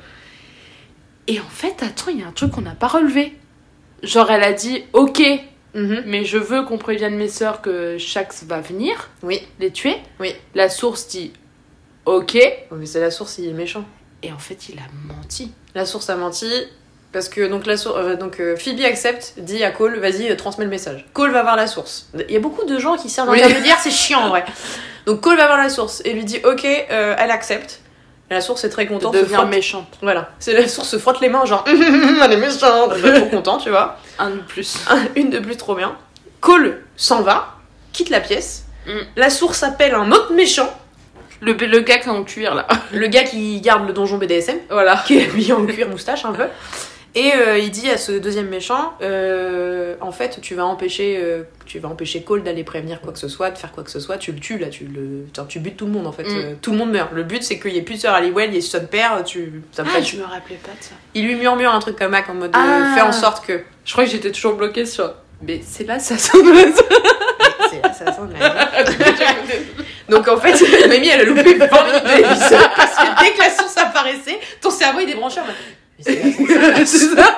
Et en fait, attends, il y a un truc qu'on n'a pas relevé. Genre elle a dit ok, Mhm. mais je veux qu'on prévienne mes sœurs que Shax va venir Oui. les tuer. Oui. La source dit ok Oh, mais c'est la source, il est méchant. et en fait il a menti. La source a menti. Parce que Phoebe accepte, dit à Cole, vas-y, transmets le message. Cole va voir la source. Il y a beaucoup de gens qui servent d'intermédiaire, c'est chiant en vrai. Donc Cole va voir la source et lui dit ok, elle accepte. Et la source est très De contente. se devenir frotte- méchante. Voilà. C'est la source se frotte les mains, genre elle est méchante. Elle est trop content, tu vois. Un de plus. Une de plus, trop bien. Cole s'en va, quitte la pièce. Mm. La source appelle un autre méchant, Le gars qui est en cuir là. le gars qui garde le donjon BDSM, Voilà. qui est habillé en cuir moustache un peu. Et il dit à ce deuxième méchant, en fait, tu vas empêcher Cole d'aller prévenir quoi que ce soit, de faire quoi que ce soit. Tu le tues là, tu butes tout le monde en fait. Mm. Tout le monde meurt. Le but c'est qu'il y ait plus de sœur Halliwell, il y ait son père. Ça me fait- Je me rappelais pas de ça. Il lui murmure un truc comme ça en mode Ah. fais en sorte que. Je crois que j'étais toujours bloquée sur. Mais c'est là, ça sonne. C'est l'assassin de la vie. Donc en fait, Mamie elle a loupé 20 minutes de l'épisode parce que dès que la source apparaissait, ton cerveau il débranchait en mode. Mais c'est l'assassin. C'est ça.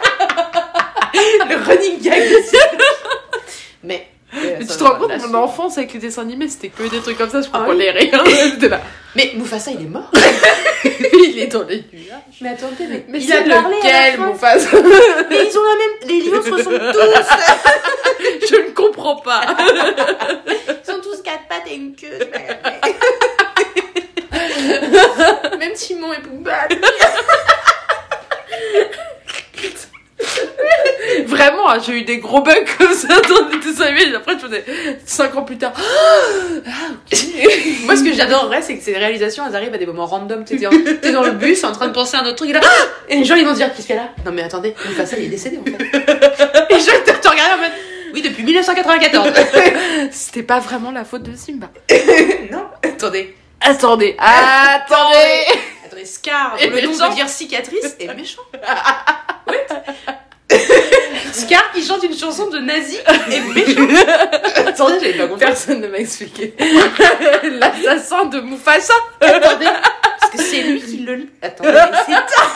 Le running gag aussi. Mais. Mais tu te rends compte, mon enfance avec les dessins animés, c'était que des trucs comme ça, je crois Ah qu'on oui. les rien. J'étais là. Mais Mufasa il est mort. Il est dans les nuages. Mais attendez, Mais il c'est a parlé à la lequel, fin. mon face? Mais ils ont la même. Les lions se ressemblent tous. Je ne comprends pas. Ils sont tous quatre pattes et une queue. Même Timon et Pumba. Vraiment, hein, j'ai eu des gros bugs comme ça dans les dessins animés. Et après, je faisais 5 ans plus tard. Moi, ce que j'adorerais, c'est que ces réalisations, elles arrivent à des moments random. T'es dans le bus, en train de penser à un autre truc, et là, et les gens, ils vont dire, qu'est-ce qu'il y a là? Non, mais attendez, Mufasa, il est décédé, en fait. Et les gens, ils te regardent en mode, oui, depuis 1994. C'était pas vraiment la faute de Simba. Non, attendez. Attendez. Attendez, Scar, Et dont le nom méchant. veut dire cicatrice, est méchant. Ouais. Scar qui chante une chanson de nazi est méchant. Attendez, j'avais pas compris. Personne ne m'a expliqué. L'assassin de Mufasa. Attendez, parce que c'est lui qui le lit. Attendez, mais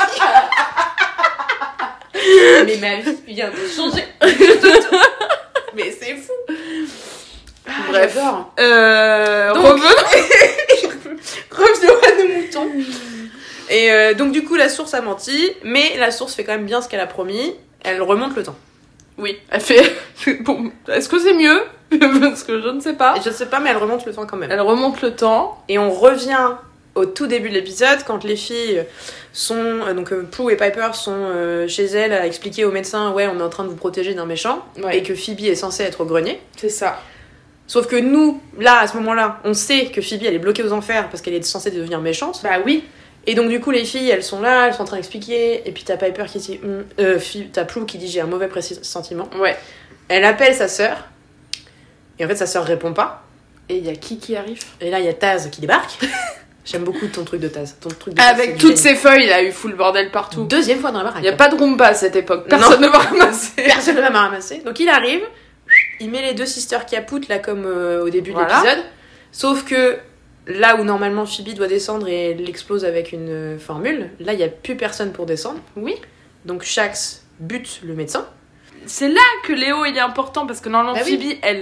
c'est mais ma vie vient de changer. Mais c'est fou. Bref. j'adore. Donc- Revenons à nos moutons. Et donc du coup la source a menti, mais la source fait quand même bien ce qu'elle a promis. Elle remonte le temps. Oui, elle fait. Bon, est-ce que c'est mieux? Parce que je ne sais pas. Et je sais pas, mais elle remonte le temps quand même. Elle remonte le temps. Et on revient au tout début de l'épisode, quand les filles sont... Prue et Piper sont chez elles à expliquer au médecin « Ouais, on est en train de vous protéger d'un méchant Ouais. et que Phoebe est censée être au grenier. C'est ça. Sauf que nous, là, à ce moment-là, on sait que Phoebe, elle est bloquée aux enfers parce qu'elle est censée devenir méchante. Bah oui. Et donc, du coup, les filles, elles sont là, elles sont en train d'expliquer. Et puis, t'as Piper qui dit... t'as Prue qui dit « J'ai un mauvais pressentiment. Ouais. » Elle appelle sa sœur. Et en fait, sa sœur répond pas. Et il y a qui arrive? Et là, il y a Taz qui débarque. J'aime beaucoup ton truc de Taz. Ton truc de Taz, c'est Avec du toutes génie. ces feuilles, il a eu full bordel partout. Deuxième fois dans la baraque. Il n'y a pas de Roomba à cette époque. Personne ne va ramasser. Personne ne va me ramasser. Donc il arrive, il met les deux sisters Caput là comme au début de Voilà. l'épisode. Sauf que là où normalement Phoebe doit descendre et elle explose avec une formule, là il n'y a plus personne pour descendre. Oui. Donc Shax bute le médecin. C'est là que Léo il est important parce que normalement Bah oui. Phoebe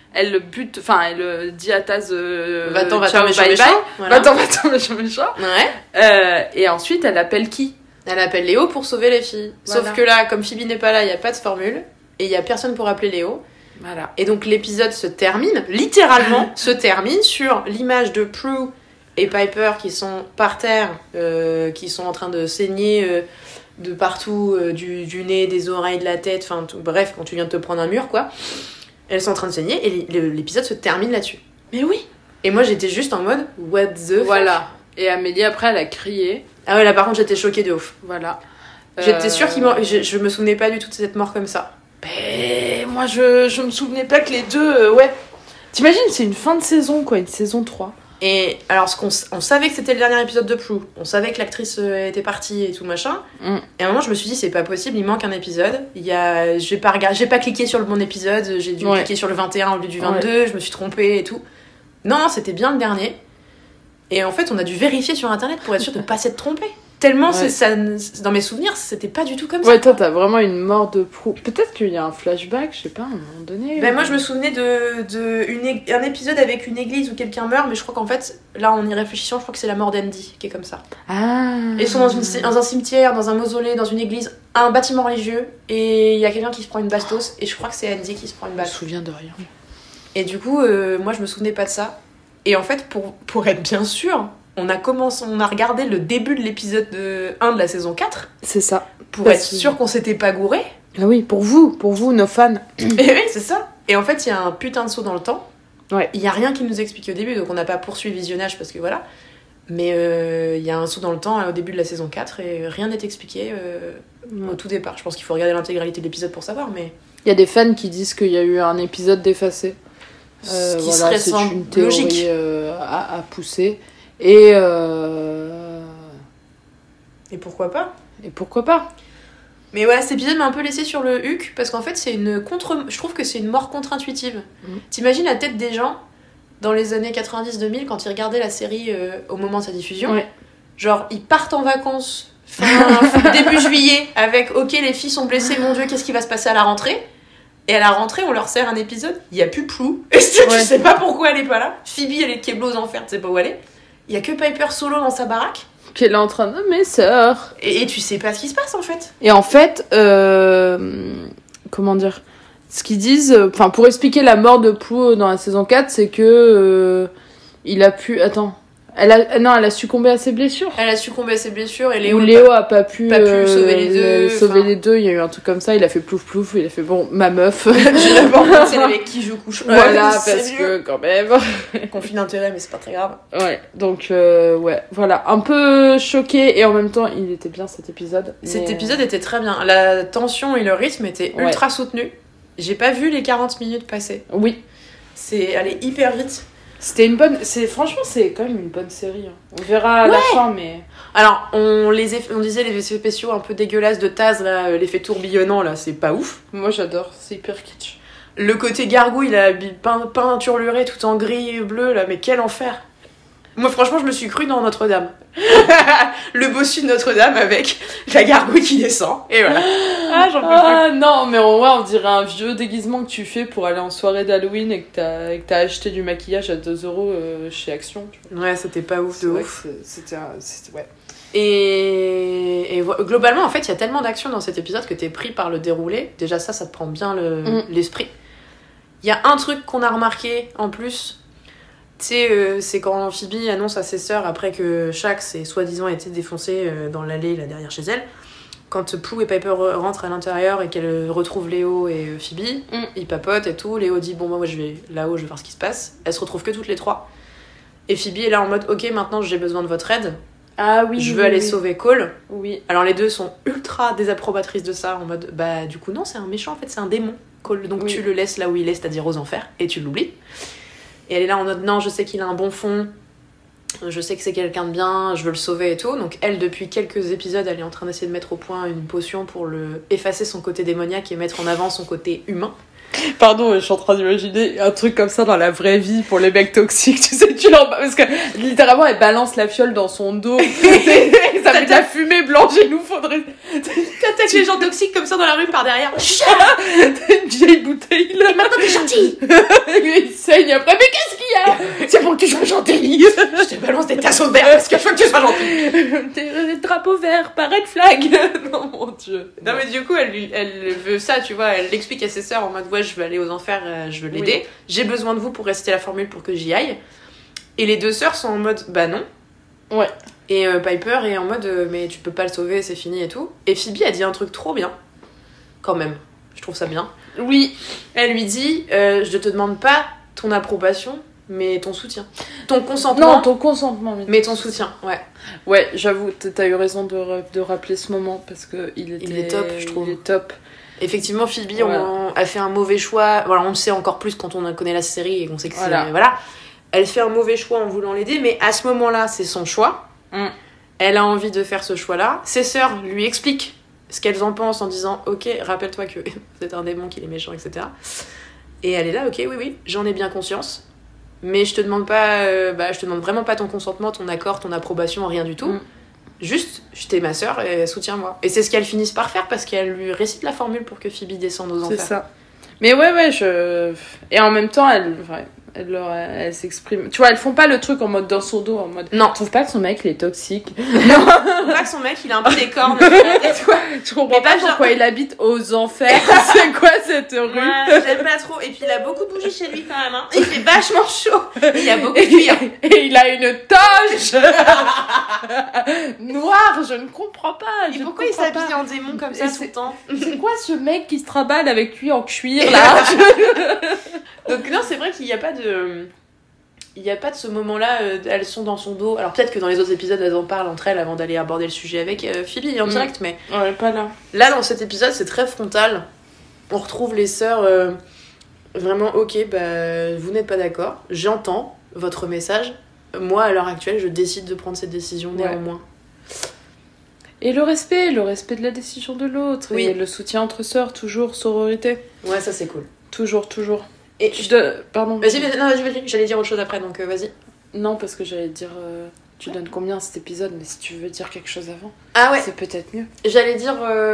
elle le bute, enfin, elle dit à Taz Va-t'en, ciao, méchant, bye méchant. bye. Voilà. Va-t'en, méchant. Ouais. Et ensuite, elle appelle qui? Elle appelle Léo pour sauver les filles. Voilà. Sauf que là, comme Phoebe n'est pas là, il n'y a pas de formule. Et il n'y a personne pour appeler Léo. Voilà. Et donc l'épisode se termine, littéralement, se termine sur l'image de Prue et Piper qui sont par terre, qui sont en train de saigner de partout, du nez, des oreilles, de la tête, enfin bref, quand tu viens de te prendre un mur, quoi. Elles sont en train de saigner et l'épisode se termine là-dessus. Mais oui. Et moi j'étais juste en mode what the fuck. Voilà. Et Amélie, après, elle a crié. Ah ouais, là par contre j'étais choquée de ouf. Voilà. J'étais sûre qu'il meurt, je me souvenais pas du tout de cette mort comme ça. Ben, moi, je me souvenais pas que les deux... ouais. T'imagines, c'est une fin de saison, quoi, une saison 3. Et alors, on savait que c'était le dernier épisode de Prue, on savait que l'actrice était partie et tout machin. Et à un moment, je me suis dit, c'est pas possible, il manque un épisode. J'ai pas cliqué sur mon épisode, j'ai dû cliquer sur le 21 au lieu du 22, je me suis trompée et tout. Non, c'était bien le dernier. Et en fait, on a dû vérifier sur internet pour être sûr de pas s'être trompé. Tellement, dans mes souvenirs, c'était pas du tout comme ça. Ouais, toi, t'as vraiment une mort de Prue. Peut-être qu'il y a un flashback, je sais pas, à un moment donné. Ben moi, je me souvenais un épisode avec une église où quelqu'un meurt, mais je crois qu'en fait, là, en y réfléchissant, je crois que c'est la mort d'Andy qui est comme ça. Ah. Ils sont dans un cimetière, dans un mausolée, dans une église, un bâtiment religieux, et il y a quelqu'un qui se prend une bastos, et je crois que c'est Andy qui se prend une Je me balle. souviens de rien. Et du coup, moi, je me souvenais pas de ça. Et en fait, pour être bien sûr, on a regardé le début de l'épisode 1 de la saison 4 C'est ça. pour être sûr qu'on s'était pas gouré. Ah oui, pour vous, nos fans. Et oui, c'est ça. Et en fait, il y a un putain de saut dans le temps. Ouais. Il y a rien qui nous explique au début, donc on n'a pas poursuivi le visionnage parce que voilà. Mais il y a un saut dans le temps au début de la saison 4 et rien n'est expliqué au tout départ. Je pense qu'il faut regarder l'intégralité de l'épisode pour savoir, mais... Il y a des fans qui disent qu'il y a eu un épisode d'effacé. Ce qui Voilà, serait c'est une théorie logique. à pousser. Et pourquoi pas. et pourquoi pas. Mais ouais, cet épisode m'a un peu laissé sur le huc parce qu'en fait, je trouve que c'est une mort contre-intuitive. T'imagines la tête des gens dans les années 90-2000 quand ils regardaient la série au moment de sa diffusion. Ouais. Genre, ils partent en vacances début juillet avec ok, les filles sont blessées, mon dieu, qu'est-ce qui va se passer à la rentrée? Et à la rentrée, on leur sert un épisode, il y a plus Prue. Et tu sais pas pourquoi elle est pas là. Phoebe, elle est Keblo aux enfers, tu sais pas où elle est. Il y a que Piper solo dans sa baraque. Qu'elle est en train de mes sœurs. Et tu sais pas ce qui se passe en fait. Et en fait, comment dire, ce qu'ils disent, enfin pour expliquer la mort de Prue dans la saison 4, c'est que il a pu, elle a succombé à ses blessures. Elle a succombé à ses blessures et Léo a pas pu sauver les deux. Sauver les deux, il y a eu un truc comme ça, il a fait plouf plouf, il a fait bon, ma meuf. J'ai d'abord pensé avec qui je couche. Voilà, parce que quand même. Conflit d'intérêt, mais c'est pas très grave. Ouais, donc ouais, voilà, un peu choqué et en même temps, il était bien cet épisode. Cet épisode était très bien. La tension et le rythme étaient ultra soutenus. J'ai pas vu les 40 minutes passer. Oui. C'est allé hyper vite. C'était une bonne... Franchement, c'est quand même une bonne série. On verra à la fin, mais... Alors, on disait les effets spéciaux un peu dégueulasses de Taz, là, l'effet tourbillonnant, là, c'est pas ouf. Moi, j'adore. C'est hyper kitsch. Le côté gargouille, la peinturlurée tout en gris et bleu, là, mais quel enfer. Moi, franchement, je me suis crue dans Notre-Dame. Le bossu de Notre-Dame avec la gargouille qui descend. Et voilà. Ah, j'en peux plus. Ah non, mais on dirait un vieux déguisement que tu fais pour aller en soirée d'Halloween et que t'as acheté du maquillage à 2€ chez Action. Tu vois. Ouais, c'était pas ouf de ouf. C'était ouais. Et globalement, en fait, il y a tellement d'action dans cet épisode que t'es pris par le déroulé. Déjà, ça te prend bien l'esprit. Il y a un truc qu'on a remarqué en plus. Tu sais, c'est quand Phoebe annonce à ses sœurs, après que Shax ait soi-disant été défoncé dans l'allée là derrière chez elle, quand Prue et Piper rentrent à l'intérieur et qu'elle retrouve Léo et Phoebe, ils papotent et tout. Léo dit bon, moi je vais là-haut, je vais voir ce qui se passe. Elles se retrouvent que toutes les trois. Et Phoebe est là en mode ok, maintenant j'ai besoin de votre aide. Ah oui. Je veux aller sauver Cole. Oui. Alors les deux sont ultra désapprobatrices de ça, en mode bah du coup non, c'est un méchant en fait, c'est un démon, Cole. Donc tu le laisses là où il est, c'est-à-dire aux enfers, et tu l'oublies. Et elle est là en mode non, je sais qu'il a un bon fond, je sais que c'est quelqu'un de bien, je veux le sauver et tout. Donc elle, depuis quelques épisodes, elle est en train d'essayer de mettre au point une potion pour effacer son côté démoniaque et mettre en avant son côté humain. Pardon, je suis en train d'imaginer un truc comme ça dans la vraie vie pour les mecs toxiques, tu sais, parce que littéralement elle balance la fiole dans son dos, ça fait de la fumée blanche, il nous faudrait... T'attaques les gens toxiques comme ça dans la rue par derrière. T'as une vieille bouteille là. Et maintenant t'es gentil. Il saigne après, mais qu'est-ce qu'il y a? C'est pour que tu sois gentil. Je te balance des tasseaux verts parce que je veux que tu sois gentil. Des drapeaux verts, par red flag. Non, mon Dieu. Non, mais du coup, elle veut ça, tu vois. Elle l'explique à ses sœurs en mode, ouais, je veux aller aux enfers, je veux l'aider. Oui. J'ai besoin de vous pour réciter la formule pour que j'y aille. Et les deux sœurs sont en mode, bah non. Ouais. Et Piper est en mode, mais tu peux pas le sauver, c'est fini et tout. Et Phoebe a dit un truc trop bien. Quand même. Je trouve ça bien. Oui. Elle lui dit, je te demande pas ton approbation, mais ton soutien. Ton consentement. Non, ton consentement. Mais ton soutien, ouais. Ouais, j'avoue, t'as eu raison de rappeler ce moment parce que il est top, je trouve. Il est top. Effectivement, Phoebe a fait un mauvais choix. Voilà, on le sait encore plus quand on connaît la série et qu'on sait que c'est... Voilà. Elle fait un mauvais choix en voulant l'aider, mais à ce moment-là, c'est son choix. Elle a envie de faire ce choix-là. Ses sœurs lui expliquent ce qu'elles en pensent en disant « Ok, rappelle-toi que c'est un démon, qu'il est méchant, etc. » Et elle est là « Ok, oui, j'en ai bien conscience. Mais je te demande pas... je te demande vraiment pas ton consentement, ton accord, ton approbation, rien du tout. Juste, t'es ma sœur et soutiens-moi. » Et c'est ce qu'elles finissent par faire parce qu'elle lui récite la formule pour que Phoebe descende aux enfers. C'est ça. Mais ouais, Et en même temps, elle s'exprime. Tu vois, elles font pas le truc en mode dans son dos, en mode. Non. Je trouve pas que son mec, il est toxique. Non. Je trouve pas que son mec, il a un peu des cornes. Je comprends pas pourquoi il habite aux enfers. C'est quoi cette rue? Ouais, j'aime pas trop. Et puis il a beaucoup de bougies chez lui quand même. Hein. Il fait vachement chaud. Il y a beaucoup de cuir. Et il a une toge noire. Je ne comprends pas. Et pourquoi il s'habille en démon comme ça tout le temps? C'est quoi ce mec qui se traballe avec lui en cuir là? Donc non, c'est vrai qu'il n'y a pas de... Il n'y a pas de ce moment-là, elles sont dans son dos. Alors peut-être que dans les autres épisodes, elles en parlent entre elles avant d'aller aborder le sujet avec Phoebe en direct, mais... Ouais, pas là. Là, dans cet épisode, c'est très frontal. On retrouve les sœurs vraiment, ok, vous n'êtes pas d'accord, j'entends votre message. Moi, à l'heure actuelle, je décide de prendre cette décision néanmoins. Et le respect de la décision de l'autre. Oui. Et le soutien entre sœurs, toujours, sororité. Ouais, ça c'est cool. Toujours. Et Pardon. Vas-y, j'allais dire autre chose après, donc vas-y. Non, parce que j'allais dire, tu donnes combien à cet épisode, mais si tu veux dire quelque chose avant, c'est peut-être mieux. J'allais dire,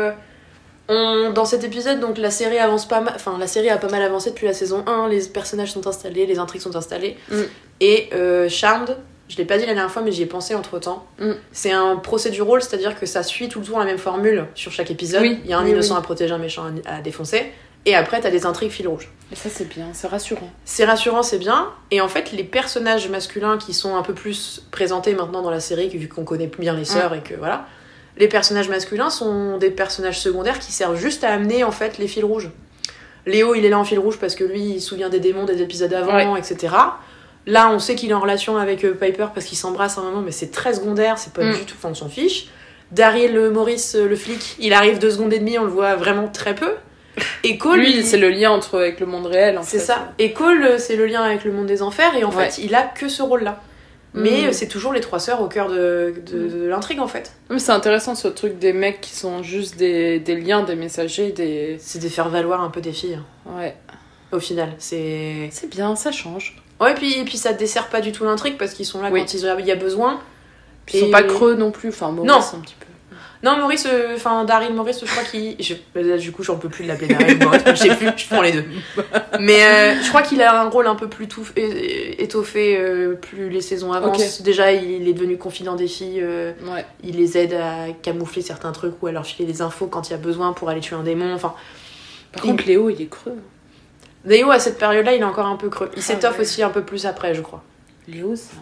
dans cet épisode, donc la série avance pas mal, enfin la série a pas mal avancé depuis la saison 1, les personnages sont installés, les intrigues sont installées, et Charmed, je l'ai pas dit la dernière fois, mais j'y ai pensé entre-temps. C'est un procédural, c'est-à-dire que ça suit tout le temps la même formule sur chaque épisode. Oui. Il y a un innocent à protéger, un méchant à défoncer. Et après, t'as des intrigues fil rouge. Et ça, c'est bien, c'est rassurant. C'est rassurant, c'est bien. Et en fait, les personnages masculins qui sont un peu plus présentés maintenant dans la série, vu qu'on connaît bien les sœurs et que voilà, les personnages masculins sont des personnages secondaires qui servent juste à amener en fait les fils rouges. Léo, il est là en fil rouge parce que lui, il se souvient des démons des épisodes avant, etc. Là, on sait qu'il est en relation avec Piper parce qu'ils s'embrassent à un moment, mais c'est très secondaire, c'est pas du tout, enfin, on s'en fiche. Daryl Morris, le flic, il arrive 2 secondes et demie, on le voit vraiment très peu. Et Cole, lui, c'est le lien avec le monde réel, en fait. C'est ça. Et Cole, c'est le lien avec le monde des enfers, et en fait, il a que ce rôle-là. Mais c'est toujours les 3 sœurs au cœur de l'intrigue, en fait. Mais c'est intéressant, ce truc des mecs qui sont juste des liens, des messagers, C'est de faire valoir un peu des filles. Ouais. Au final, c'est... C'est bien, ça change. Ouais, et puis ça dessert pas du tout l'intrigue, parce qu'ils sont là quand il y a besoin. Puis ils sont pas creux non plus, enfin, Maurice, un petit peu. Non, Maurice, Daryl Morris, je crois qu'il... Du coup, j'en peux plus de l'appeler Daryl Morris, je sais plus, je prends les deux. Mais je crois qu'il a un rôle un peu plus étoffé, plus les saisons avancent. Okay. Déjà, il est devenu confident des filles, il les aide à camoufler certains trucs ou à leur filer des infos quand il y a besoin pour aller tuer un démon, enfin... Par contre, Léo, il est creux. Léo, à cette période-là, il est encore un peu creux. Il s'étoffe aussi un peu plus après, je crois. Léo, c'est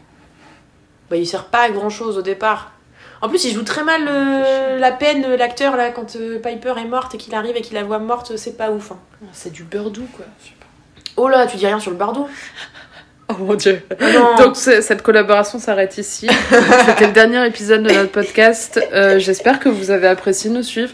il sert pas à grand-chose au départ. En plus, il joue très mal la peine, l'acteur, là, quand Piper est morte et qu'il arrive et qu'il la voit morte, c'est pas ouf. Hein. C'est du beurre doux, quoi. Je sais pas. Oh là, tu dis rien sur le bardo. Oh mon Dieu. Donc, cette collaboration s'arrête ici. C'était le dernier épisode de notre podcast. J'espère que vous avez apprécié nous suivre.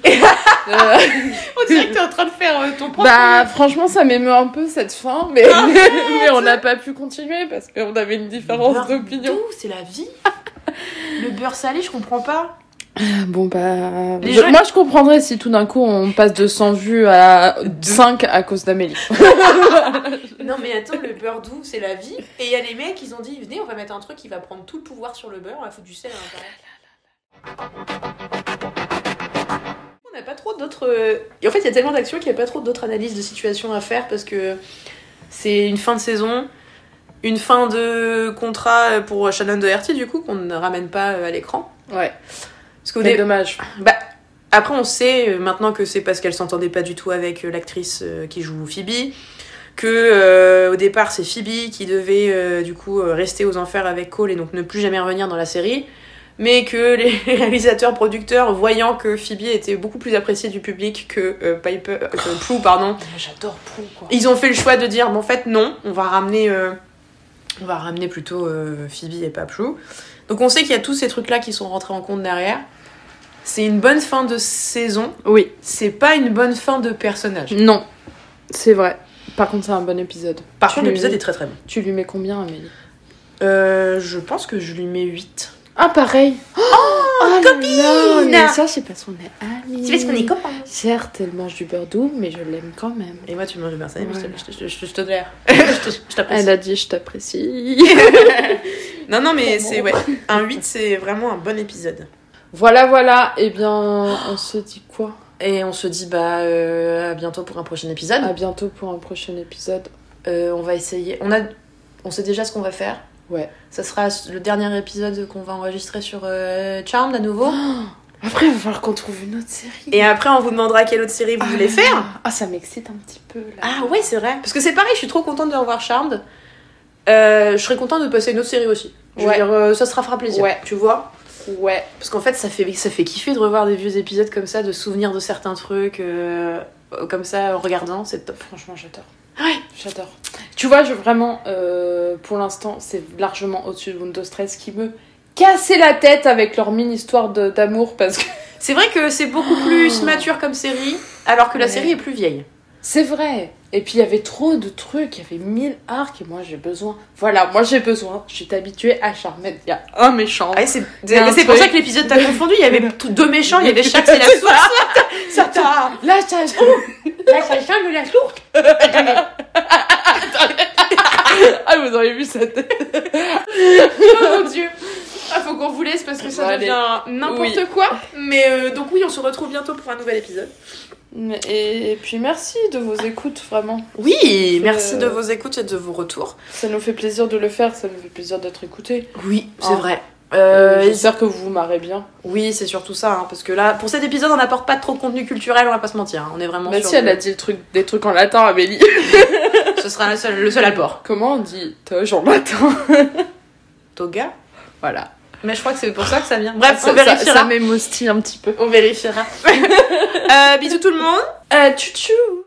On dirait que t'es en train de faire ton propre... franchement, ça m'émeut un peu, cette fin, mais on n'a pas pu continuer parce qu'on avait une différence d'opinion. C'est la vie. Le beurre salé, je comprends pas. Bon bah... Les gens- Moi je comprendrais si tout d'un coup on passe de 100 vues à 5 à cause d'Amélie. Non mais attends, le beurre doux c'est la vie. Et il y a les mecs, ils ont dit venez, on va mettre un truc qui va prendre tout le pouvoir sur le beurre, on va foutre du sel à l'intérieur. On n'a pas trop d'autres... Et en fait il y a tellement d'actions qu'il n'y a pas trop d'autres analyses de situation à faire parce que c'est une fin de saison, une fin de contrat pour Shannon Doherty du coup qu'on ne ramène pas à l'écran. Ouais. Parce qu'au Mais dé- dommage. Bah, après, on sait maintenant que c'est parce qu'elle s'entendait pas du tout avec l'actrice qui joue Phoebe, que au départ c'est Phoebe qui devait du coup rester aux enfers avec Cole et donc ne plus jamais revenir dans la série, mais que les réalisateurs, producteurs, voyant que Phoebe était beaucoup plus appréciée du public que Prue, pardon, J'adore Prue, quoi. ils ont fait le choix de dire, bon, en fait, non, on va ramener plutôt Phoebe et pas Prue. Donc on sait qu'il y a tous ces trucs-là qui sont rentrés en compte derrière. C'est une bonne fin de saison, Oui. c'est pas une bonne fin de personnage. Non, c'est vrai. Par contre, c'est un bon épisode. Par Tu contre, lui- l'épisode est très très bon. Tu lui mets combien, Amélie? Je pense que je lui mets 8. Ah, pareil. Oh, copine. là là, mais ça, c'est parce qu'on est amis. C'est parce qu'on est copains. Certes, elle mange du beurre doux, mais je l'aime quand même. Et moi, tu manges de Marseille, mais Voilà. je te tolère. Je t'apprécie. Elle a dit, je t'apprécie. Non, non, mais Comment c'est ouais. Un 8, c'est vraiment un bon épisode. Voilà, voilà. Eh bien, on se dit quoi? Et on se dit à bientôt pour un prochain épisode. À bientôt pour un prochain épisode. On va essayer. On sait déjà ce qu'on va faire. Ouais. Ça sera le dernier épisode qu'on va enregistrer sur Charmed à nouveau. Après, il va falloir qu'on trouve une autre série. Et après, on vous demandera quelle autre série vous voulez faire. Ah, ça m'excite un petit peu, là. Ah ouais, c'est vrai. Parce que c'est pareil, je suis trop contente de revoir Charmed. Je serais contente de passer une autre série aussi. Je veux Ouais. dire, ça fera plaisir. Ouais. Tu vois. Ouais. Parce qu'en fait, ça fait kiffer de revoir des vieux épisodes comme ça, de souvenir de certains trucs comme ça en regardant. C'est top. Franchement, j'adore. Ouais. J'adore. Tu vois, vraiment, pour l'instant, c'est largement au-dessus de Windows 13 qui me cassait la tête avec leur mini-histoire d'amour parce que... C'est vrai que c'est beaucoup plus mature comme série, alors que la Ouais. série est plus vieille. C'est vrai. Et puis, il y avait trop de trucs, il y avait 1000 arcs et moi, j'ai besoin... Voilà, moi, j'ai besoin. Je suis habituée à Charmed. Il y a un méchant. Ah, c'est Il y a un pour ça truc. que l'épisode t'a confondu. Il y avait deux méchants, il y avait chaque c'est la source. Ça t'a... Là, ça... Là, ça change la source. Ah, vous auriez vu sa tête. Oh mon dieu. Ah, faut qu'on vous laisse parce que ça Bon, devient n'importe Oui. quoi. Mais donc oui, on se retrouve bientôt pour un nouvel épisode. Et puis, merci de vos écoutes, vraiment. Oui, merci de vos écoutes et de vos retours. Ça nous fait plaisir de le faire, ça nous fait plaisir d'être écoutés. Oui, c'est Ah. vrai. J'espère que vous vous marrez bien. Oui, c'est surtout ça, hein, parce que là, pour cet épisode, on n'apporte pas trop de contenu culturel, on va pas se mentir. Hein, on est vraiment Bah sur si, elle a dit des trucs en latin, Amélie. Ce sera le seul apport. Comment on dit toge en latin? Toga. Voilà. Mais je crois que c'est pour ça que ça vient. Bref, Ça- on vérifiera. Ça m'émoustille un petit peu. On vérifiera. Bisous tout le monde. Tchou-tchou.